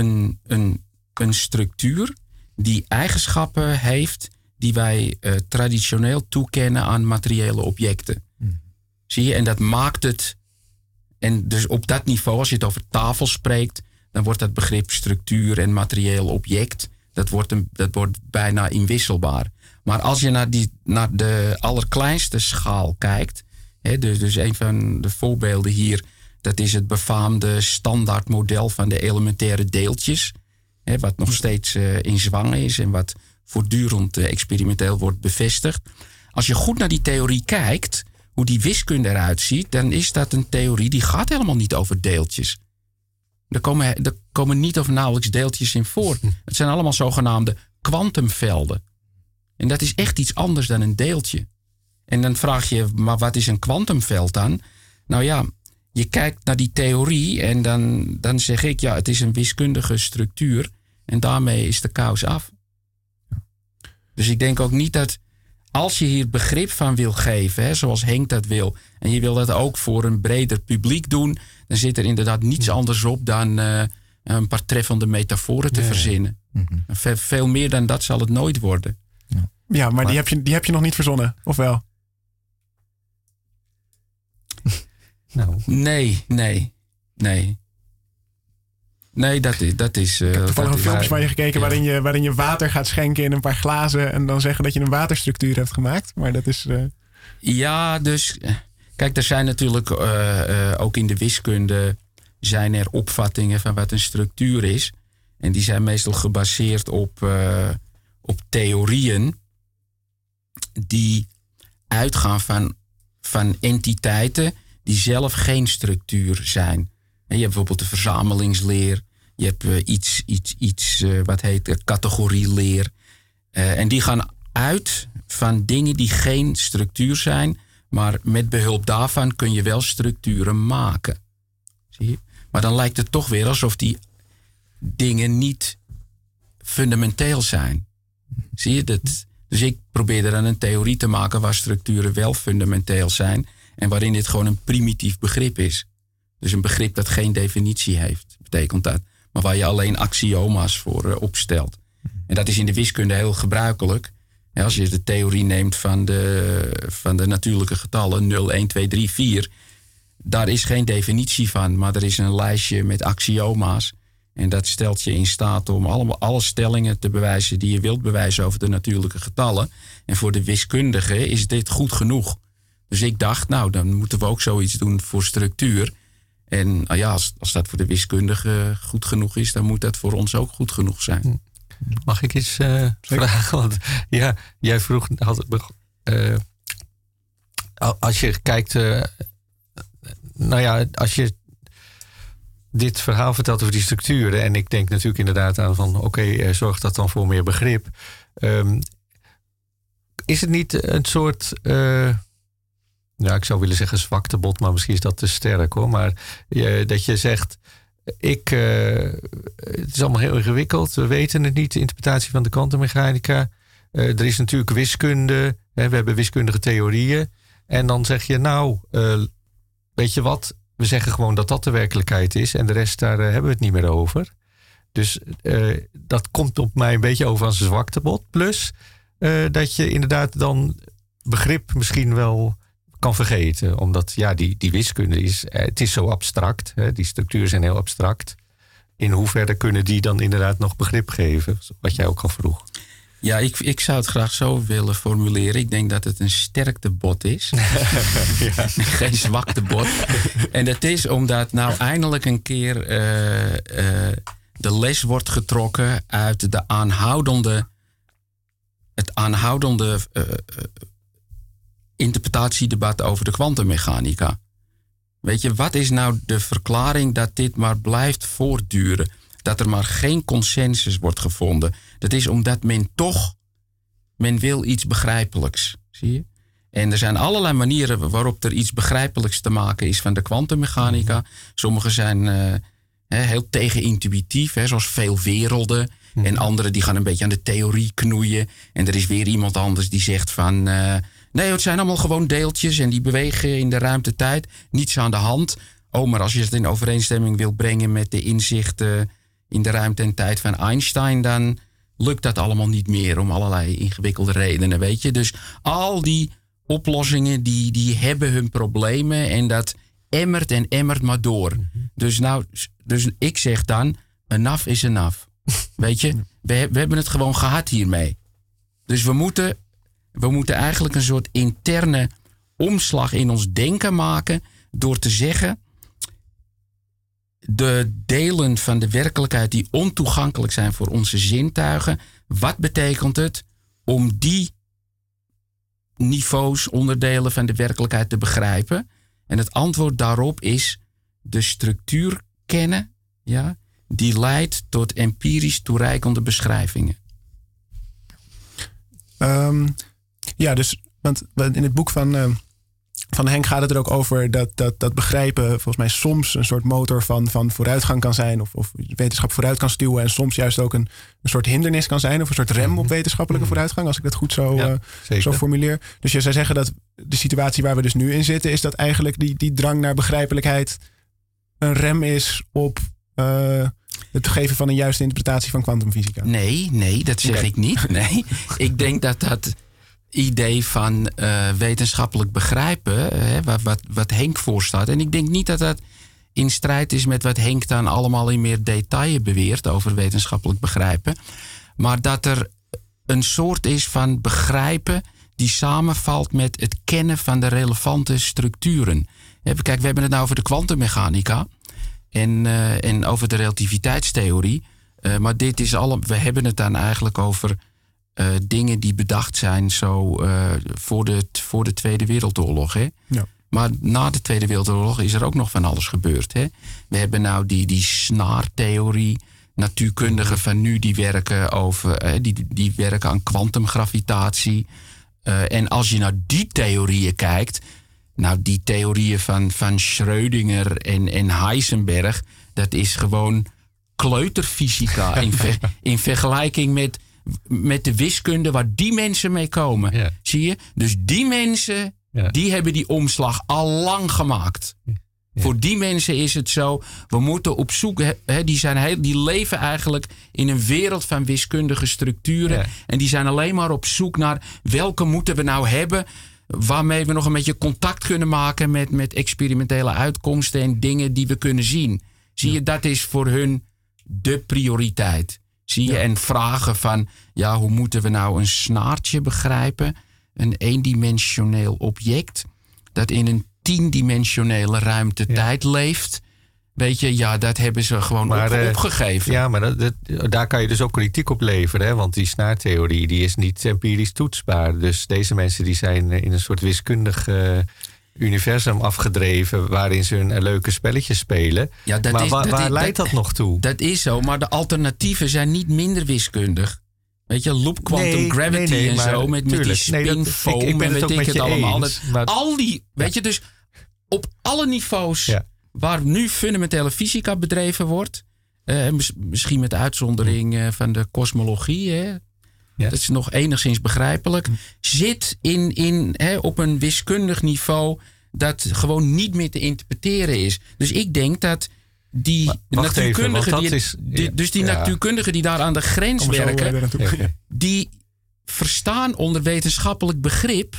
een structuur die eigenschappen heeft die wij traditioneel toekennen aan materiële objecten. Zie je? En dat maakt het. En dus op dat niveau, als je het over tafel spreekt, dan wordt dat begrip structuur en materieel object, dat wordt bijna inwisselbaar. Maar als je naar de allerkleinste schaal kijkt, dus een van de voorbeelden hier, dat is het befaamde standaardmodel van de elementaire deeltjes, wat nog steeds in zwang is en wat voortdurend experimenteel wordt bevestigd. Als je goed naar die theorie kijkt, hoe die wiskunde eruit ziet, dan is dat een theorie die gaat helemaal niet over deeltjes. Er komen niet of nauwelijks deeltjes in voor. Het zijn allemaal zogenaamde kwantumvelden. En dat is echt iets anders dan een deeltje. En dan vraag je, maar wat is een kwantumveld dan? Nou ja, je kijkt naar die theorie en dan zeg ik, ja, het is een wiskundige structuur. En daarmee is de kous af. Dus ik denk ook niet dat, als je hier begrip van wil geven, zoals Henk dat wil, en je wil dat ook voor een breder publiek doen, dan zit er inderdaad niets anders op dan een paar treffende metaforen te verzinnen. Mm-hmm. Veel meer dan dat zal het nooit worden. Ja, maar die heb je nog niet verzonnen, of wel? Nee. Nee, dat is... Ik heb toevallig een filmpje van je gekeken waarin je water gaat schenken in een paar glazen en dan zeggen dat je een waterstructuur hebt gemaakt. Maar dat is... Ja, dus... Kijk, er zijn natuurlijk ook in de wiskunde zijn er opvattingen van wat een structuur is. En die zijn meestal gebaseerd op theorieën die uitgaan van entiteiten die zelf geen structuur zijn. En je hebt bijvoorbeeld de verzamelingleer. Je hebt iets wat heet categorieleer. En die gaan uit van dingen die geen structuur zijn. Maar met behulp daarvan kun je wel structuren maken. Zie je? Maar dan lijkt het toch weer alsof die dingen niet fundamenteel zijn. Zie je dat? Dus ik probeerde dan een theorie te maken waar structuren wel fundamenteel zijn. En waarin dit gewoon een primitief begrip is. Dus een begrip dat geen definitie heeft, betekent dat. Maar waar je alleen axioma's voor opstelt. En dat is in de wiskunde heel gebruikelijk. Ja, als je de theorie neemt van de natuurlijke getallen 0, 1, 2, 3, 4. Daar is geen definitie van, maar er is een lijstje met axioma's. En dat stelt je in staat om alle stellingen te bewijzen die je wilt bewijzen over de natuurlijke getallen. En voor de wiskundige is dit goed genoeg. Dus ik dacht, nou, dan moeten we ook zoiets doen voor structuur. En ja, als dat voor de wiskundige goed genoeg is, dan moet dat voor ons ook goed genoeg zijn. Mag ik iets vragen? Want ja, jij vroeg, als je kijkt, als je dit verhaal vertelt over die structuren, en ik denk natuurlijk inderdaad aan van, oké, zorgt dat dan voor meer begrip. Is het niet een soort, ik zou willen zeggen zwaktebod, maar misschien is dat te sterk hoor. Maar dat je zegt, het is allemaal heel ingewikkeld. We weten het niet, de interpretatie van de kwantummechanica. Er is natuurlijk wiskunde. We hebben wiskundige theorieën. En dan zeg je, weet je wat? We zeggen gewoon dat dat de werkelijkheid is. En de rest, daar hebben we het niet meer over. Dus dat komt op mij een beetje over als een zwaktebod. Plus dat je inderdaad dan begrip misschien wel kan vergeten. Omdat die wiskunde het is zo abstract. Hè? Die structuren zijn heel abstract. In hoeverre kunnen die dan inderdaad nog begrip geven? Wat jij ook al vroeg. Ja, ik zou het graag zo willen formuleren. Ik denk dat het een sterktebod is. Ja. Geen zwaktebod. En dat is omdat nou eindelijk een keer de les wordt getrokken uit het aanhoudende interpretatiedebat over de kwantummechanica. Weet je, wat is nou de verklaring dat dit maar blijft voortduren? Dat er maar geen consensus wordt gevonden. Dat is omdat men wil iets begrijpelijks. Zie je? En er zijn allerlei manieren waarop er iets begrijpelijks te maken is van de kwantummechanica. Sommige zijn heel tegenintuïtief, zoals veel werelden. En andere die gaan een beetje aan de theorie knoeien. En er is weer iemand anders die zegt van, nee, het zijn allemaal gewoon deeltjes en die bewegen in de ruimte-tijd. Niets aan de hand. Oh, maar als je het in overeenstemming wilt brengen met de inzichten in de ruimte en tijd van Einstein, dan lukt dat allemaal niet meer om allerlei ingewikkelde redenen, weet je. Dus al die oplossingen die hebben hun problemen en dat emmert en emmert maar door. Dus ik zeg dan, enough is enough. Weet je, we hebben het gewoon gehad hiermee. Dus we moeten eigenlijk een soort interne omslag in ons denken maken door te zeggen, de delen van de werkelijkheid die ontoegankelijk zijn voor onze zintuigen, wat betekent het om die niveaus, onderdelen van de werkelijkheid te begrijpen? En het antwoord daarop is de structuur kennen, ja, die leidt tot empirisch toereikende beschrijvingen. Dus want in het boek van Henk gaat het er ook over dat begrijpen volgens mij soms een soort motor van vooruitgang kan zijn. Of wetenschap vooruit kan stuwen. En soms juist ook een soort hindernis kan zijn. Of een soort rem op wetenschappelijke vooruitgang. Als ik dat goed zo formuleer. Dus je zou zeggen dat de situatie waar we dus nu in zitten, is dat eigenlijk die drang naar begrijpelijkheid een rem is op het geven van een juiste interpretatie van kwantumfysica. Nee, dat zeg ik niet. Nee, ik denk dat idee van wetenschappelijk begrijpen, wat Henk voorstaat. En ik denk niet dat dat in strijd is met wat Henk dan allemaal in meer detail beweert over wetenschappelijk begrijpen. Maar dat er een soort is van begrijpen die samenvalt met het kennen van de relevante structuren. Kijk, we hebben het nou over de kwantummechanica en over de relativiteitstheorie. Maar dit is we hebben het dan eigenlijk over dingen die bedacht zijn zo voor de Tweede Wereldoorlog. Hè? Ja. Maar na de Tweede Wereldoorlog is er ook nog van alles gebeurd. Hè? We hebben nou die snaartheorie. Natuurkundigen van nu die werken die werken aan kwantumgravitatie. En als je naar die theorieën kijkt, nou die theorieën van Schrödinger en Heisenberg, dat is gewoon kleuterfysica in vergelijking met de wiskunde waar die mensen mee komen. Ja. Zie je? Dus die mensen, die hebben die omslag al lang gemaakt. Ja. Voor die mensen is het zo, we moeten op zoek, die leven eigenlijk in een wereld van wiskundige structuren. Ja. En die zijn alleen maar op zoek naar welke moeten we nou hebben, waarmee we nog een beetje contact kunnen maken met experimentele uitkomsten en dingen die we kunnen zien. Zie je, dat is voor hun de prioriteit. Zie je, en vragen van, hoe moeten we nou een snaartje begrijpen? Een eendimensioneel object dat in een 10-dimensionele ruimte-tijd leeft. Weet je, dat hebben ze gewoon opgegeven. Ja, maar daar kan je dus ook kritiek op leveren. Hè? Want die snaartheorie die is niet empirisch toetsbaar. Dus deze mensen die zijn in een soort wiskundig universum afgedreven, waarin ze een leuke spelletjes spelen. Ja, waar leidt dat nog toe? Dat is zo, maar de alternatieven zijn niet minder wiskundig. Weet je, loop quantum gravity en zo, met die spinfoam en weet ik het allemaal. Al die, weet je, dus op alle niveaus waar nu fundamentele fysica bedreven wordt, misschien met uitzondering van de kosmologie, hè, dat is nog enigszins begrijpelijk, zit op een wiskundig niveau dat gewoon niet meer te interpreteren is. Dus ik denk dat die natuurkundigen die daar aan de grens werken, die verstaan onder wetenschappelijk begrip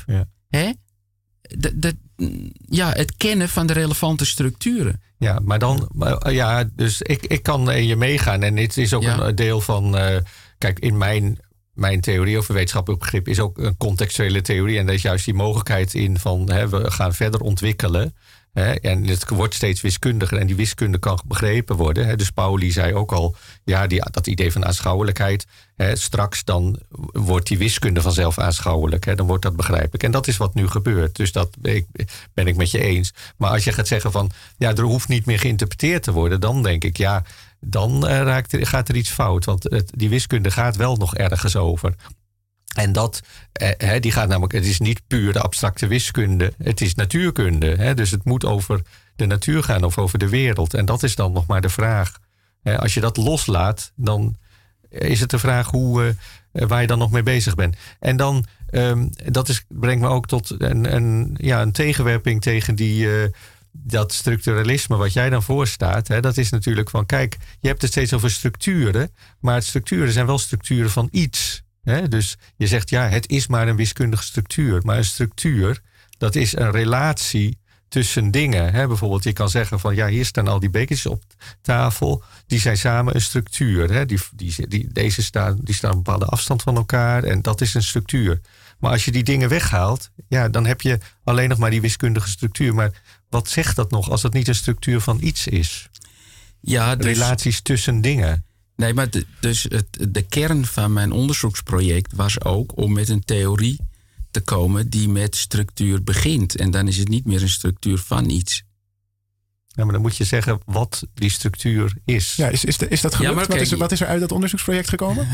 het kennen van de relevante structuren. Ja, maar dan, dus ik kan in je meegaan. En het is ook een deel van, kijk, in mijn theorie over wetenschappelijk begrip is ook een contextuele theorie. En daar is juist die mogelijkheid in van, we gaan verder ontwikkelen. En het wordt steeds wiskundiger en die wiskunde kan begrepen worden. Dus Pauli zei ook al, dat idee van aanschouwelijkheid. Straks dan wordt die wiskunde vanzelf aanschouwelijk. Dan wordt dat begrijpelijk. En dat is wat nu gebeurt. Dus dat ben ik met je eens. Maar als je gaat zeggen van, er hoeft niet meer geïnterpreteerd te worden, dan denk ik, dan gaat er iets fout. Want die wiskunde gaat wel nog ergens over. En die gaat namelijk, het is niet puur de abstracte wiskunde, het is natuurkunde. Dus het moet over de natuur gaan of over de wereld. En dat is dan nog maar de vraag. Als je dat loslaat, dan is het de vraag waar je dan nog mee bezig bent. En dan, brengt me ook tot een tegenwerping tegen dat structuralisme wat jij dan voorstaat. Dat is natuurlijk van, kijk, je hebt het steeds over structuren, maar structuren zijn wel structuren van iets. Dus je zegt, het is maar een wiskundige structuur. Maar een structuur, dat is een relatie tussen dingen. Bijvoorbeeld, je kan zeggen van, hier staan al die bekertjes op tafel. Die zijn samen een structuur. Die staan op een bepaalde afstand van elkaar. En dat is een structuur. Maar als je die dingen weghaalt, dan heb je alleen nog maar die wiskundige structuur. Maar wat zegt dat nog als het niet een structuur van iets is? Ja, dus relaties tussen dingen. Nee, maar de kern van mijn onderzoeksproject was ook om met een theorie te komen die met structuur begint. En dan is het niet meer een structuur van iets. Ja, maar dan moet je zeggen wat die structuur is. Ja, is dat gelukt? Wat is er uit dat onderzoeksproject gekomen?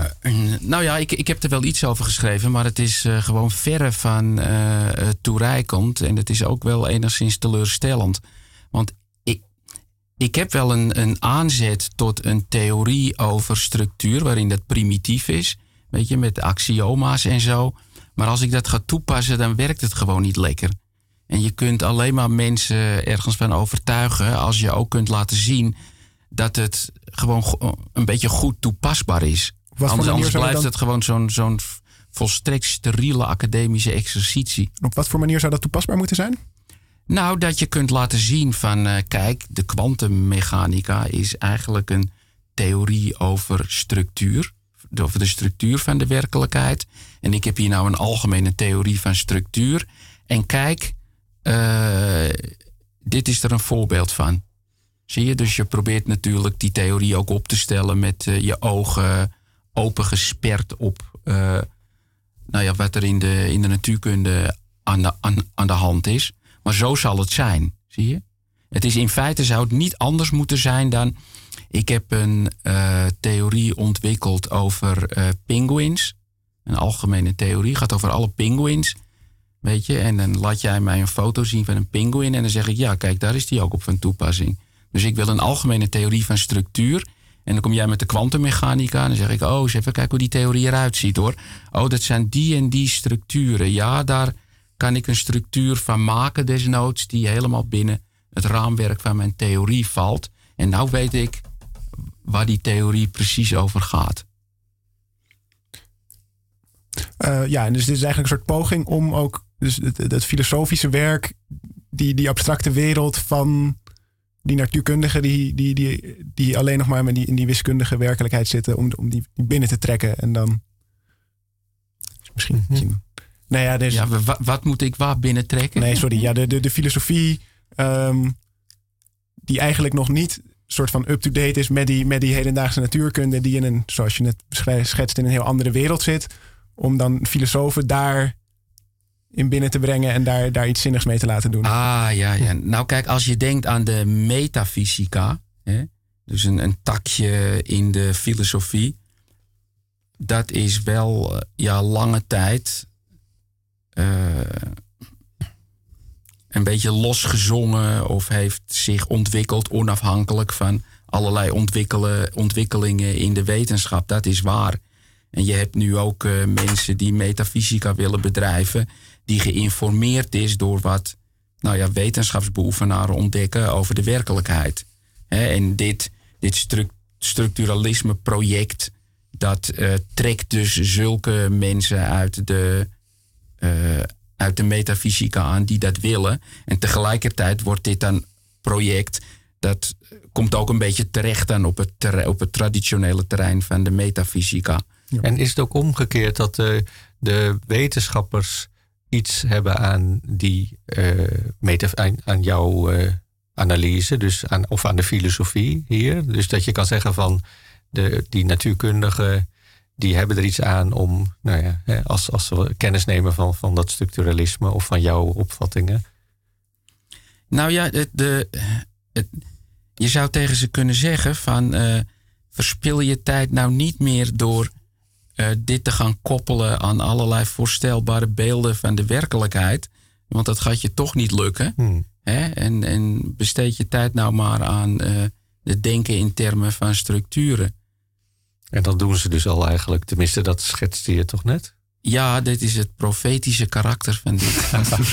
Ik heb er wel iets over geschreven, maar het is gewoon verre van toereikend. En het is ook wel enigszins teleurstellend. Want ik heb wel een aanzet tot een theorie over structuur, waarin dat primitief is. Weet je, met axioma's en zo. Maar als ik dat ga toepassen, dan werkt het gewoon niet lekker. En je kunt alleen maar mensen ergens van overtuigen als je ook kunt laten zien dat het gewoon een beetje goed toepasbaar is. Anders blijft het gewoon zo'n volstrekt steriele academische exercitie. Op wat voor manier zou dat toepasbaar moeten zijn? Nou, dat je kunt laten zien van... kijk, de kwantummechanica is eigenlijk een theorie over structuur. Over de structuur van de werkelijkheid. En ik heb hier nou een algemene theorie van structuur. En kijk, dit is er een voorbeeld van. Zie je? Dus je probeert natuurlijk die theorie ook op te stellen... met je ogen opengesperd op... wat er in de natuurkunde aan de hand is. Maar zo zal het zijn, zie je? Het is in feite zou het niet anders moeten zijn dan... Ik heb een theorie ontwikkeld over pinguïns. Een algemene theorie. Gaat over alle pinguïns. Weet je? En dan laat jij mij een foto zien van een pinguïn. En dan zeg ik, ja, kijk, daar is die ook op van toepassing. Dus ik wil een algemene theorie van structuur. En dan kom jij met de kwantummechanica. En dan zeg ik, eens even kijken hoe die theorie eruit ziet, hoor. Dat zijn die en die structuren. Ja, daar kan ik een structuur van maken desnoods... die helemaal binnen het raamwerk van mijn theorie valt. En nou weet ik waar die theorie precies over gaat. En dus dit is eigenlijk een soort poging om ook... dus het filosofische werk, die abstracte wereld van... die natuurkundigen die alleen nog maar in die wiskundige werkelijkheid zitten... om die binnen te trekken en dan... Misschien... Nou ja, dus, wat moet ik waar binnentrekken? Nee, sorry. Ja, de filosofie die eigenlijk nog niet soort van up-to-date is met die hedendaagse natuurkunde... die in een, zoals je het schetst, in een heel andere wereld zit... om dan filosofen daar in binnen te brengen en daar iets zinnigs mee te laten doen. Ja. Nou kijk, als je denkt aan de metafysica... dus een takje in de filosofie... dat is wel lange tijd... een beetje losgezongen of heeft zich ontwikkeld onafhankelijk van allerlei ontwikkelingen in de wetenschap. Dat is waar. En je hebt nu ook mensen die metafysica willen bedrijven, die geïnformeerd is door wat wetenschapsbeoefenaren ontdekken over de werkelijkheid. En dit structuralisme project, dat trekt dus zulke mensen uit de metafysica aan die dat willen. En tegelijkertijd wordt dit dan project... dat komt ook een beetje terecht dan op het traditionele terrein van de metafysica. Ja. En is het ook omgekeerd dat de wetenschappers iets hebben aan aan jouw analyse, dus aan de filosofie hier? Dus dat je kan zeggen van die natuurkundigen... die hebben er iets aan om, als we kennis nemen van dat structuralisme of van jouw opvattingen. Nou ja, je zou tegen ze kunnen zeggen van... verspil je tijd nou niet meer door dit te gaan koppelen... aan allerlei voorstelbare beelden van de werkelijkheid. Want dat gaat je toch niet lukken. En besteed je tijd nou maar aan het denken in termen van structuren. En dat doen ze dus al eigenlijk. Tenminste, dat schetste je toch net? Ja, dit is het profetische karakter van dit.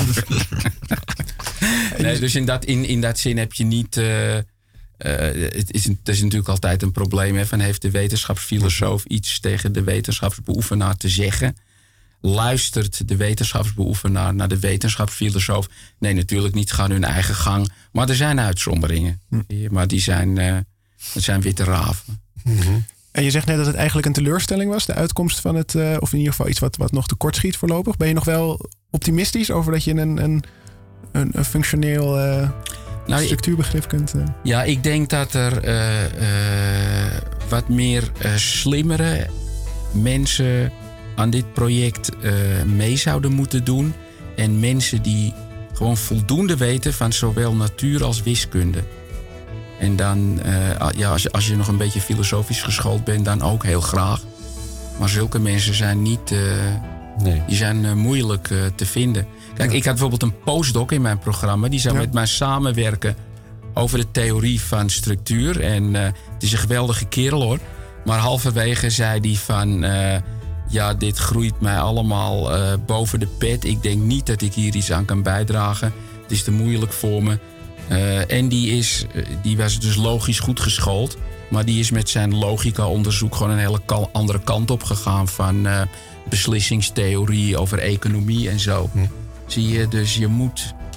Nee, dus in dat zin heb je niet... het is natuurlijk altijd een probleem. Van heeft de wetenschapsfilosoof iets tegen de wetenschapsbeoefenaar te zeggen? Luistert de wetenschapsbeoefenaar naar de wetenschapsfilosoof? Nee, natuurlijk niet. Gaan hun eigen gang. Maar er zijn uitzonderingen. Maar dat zijn witte raven. En je zegt net dat het eigenlijk een teleurstelling was, de uitkomst van het... of in ieder geval iets wat nog tekort schiet voorlopig. Ben je nog wel optimistisch over dat je een functioneel structuurbegrip kunt... Ja, ik denk dat er wat meer slimmere mensen aan dit project mee zouden moeten doen. En mensen die gewoon voldoende weten van zowel natuur als wiskunde. En dan, als je nog een beetje filosofisch geschoold bent, dan ook heel graag. Maar zulke mensen zijn niet... Die zijn moeilijk te vinden. Kijk, ik had bijvoorbeeld een postdoc in mijn programma. Die zou met mij samenwerken over de theorie van structuur. En het is een geweldige kerel, hoor. Maar halverwege zei hij van... dit groeit mij allemaal boven de pet. Ik denk niet dat ik hier iets aan kan bijdragen. Het is te moeilijk voor me. En die was dus logisch goed geschoold. Maar die is met zijn logica-onderzoek gewoon een hele andere kant op gegaan. Van beslissingstheorie over economie en zo. Zie je, dus je moet...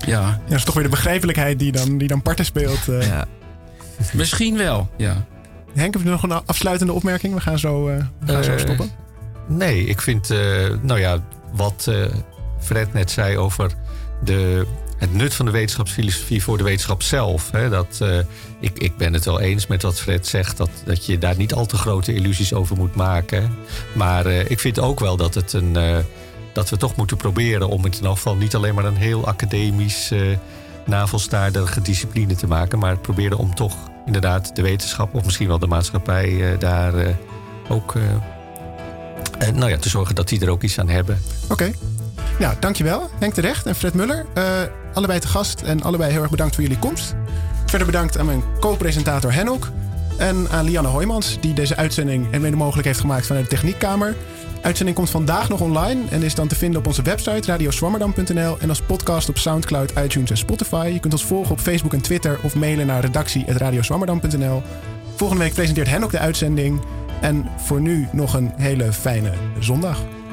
Ja. Dat is toch weer de begrijpelijkheid die dan parten speelt. Ja. Misschien wel, ja. Henk, heb je nog een afsluitende opmerking? We gaan zo stoppen. Nee, ik vind wat Fred net zei over het nut van de wetenschapsfilosofie voor de wetenschap zelf. Hè, ik ben het wel eens met wat Fred zegt, dat je daar niet al te grote illusies over moet maken. Maar ik vind ook wel dat we toch moeten proberen om het in ieder geval niet alleen maar een heel academisch navelstaardige discipline te maken, maar proberen om toch inderdaad de wetenschap of misschien wel de maatschappij daar ook te zorgen dat die er ook iets aan hebben. Oké. Nou, dankjewel Henk de Recht en Fred Muller. Allebei te gast en allebei heel erg bedankt voor jullie komst. Verder bedankt aan mijn co-presentator Henok en aan Lianne Hoijmans, die deze uitzending mede mogelijk heeft gemaakt vanuit de Techniekkamer. De uitzending komt vandaag nog online en is dan te vinden op onze website radioswammerdam.nl en als podcast op Soundcloud, iTunes en Spotify. Je kunt ons volgen op Facebook en Twitter of mailen naar redactie@radioswammerdam.nl. Volgende week presenteert Henok de uitzending. En voor nu nog een hele fijne zondag.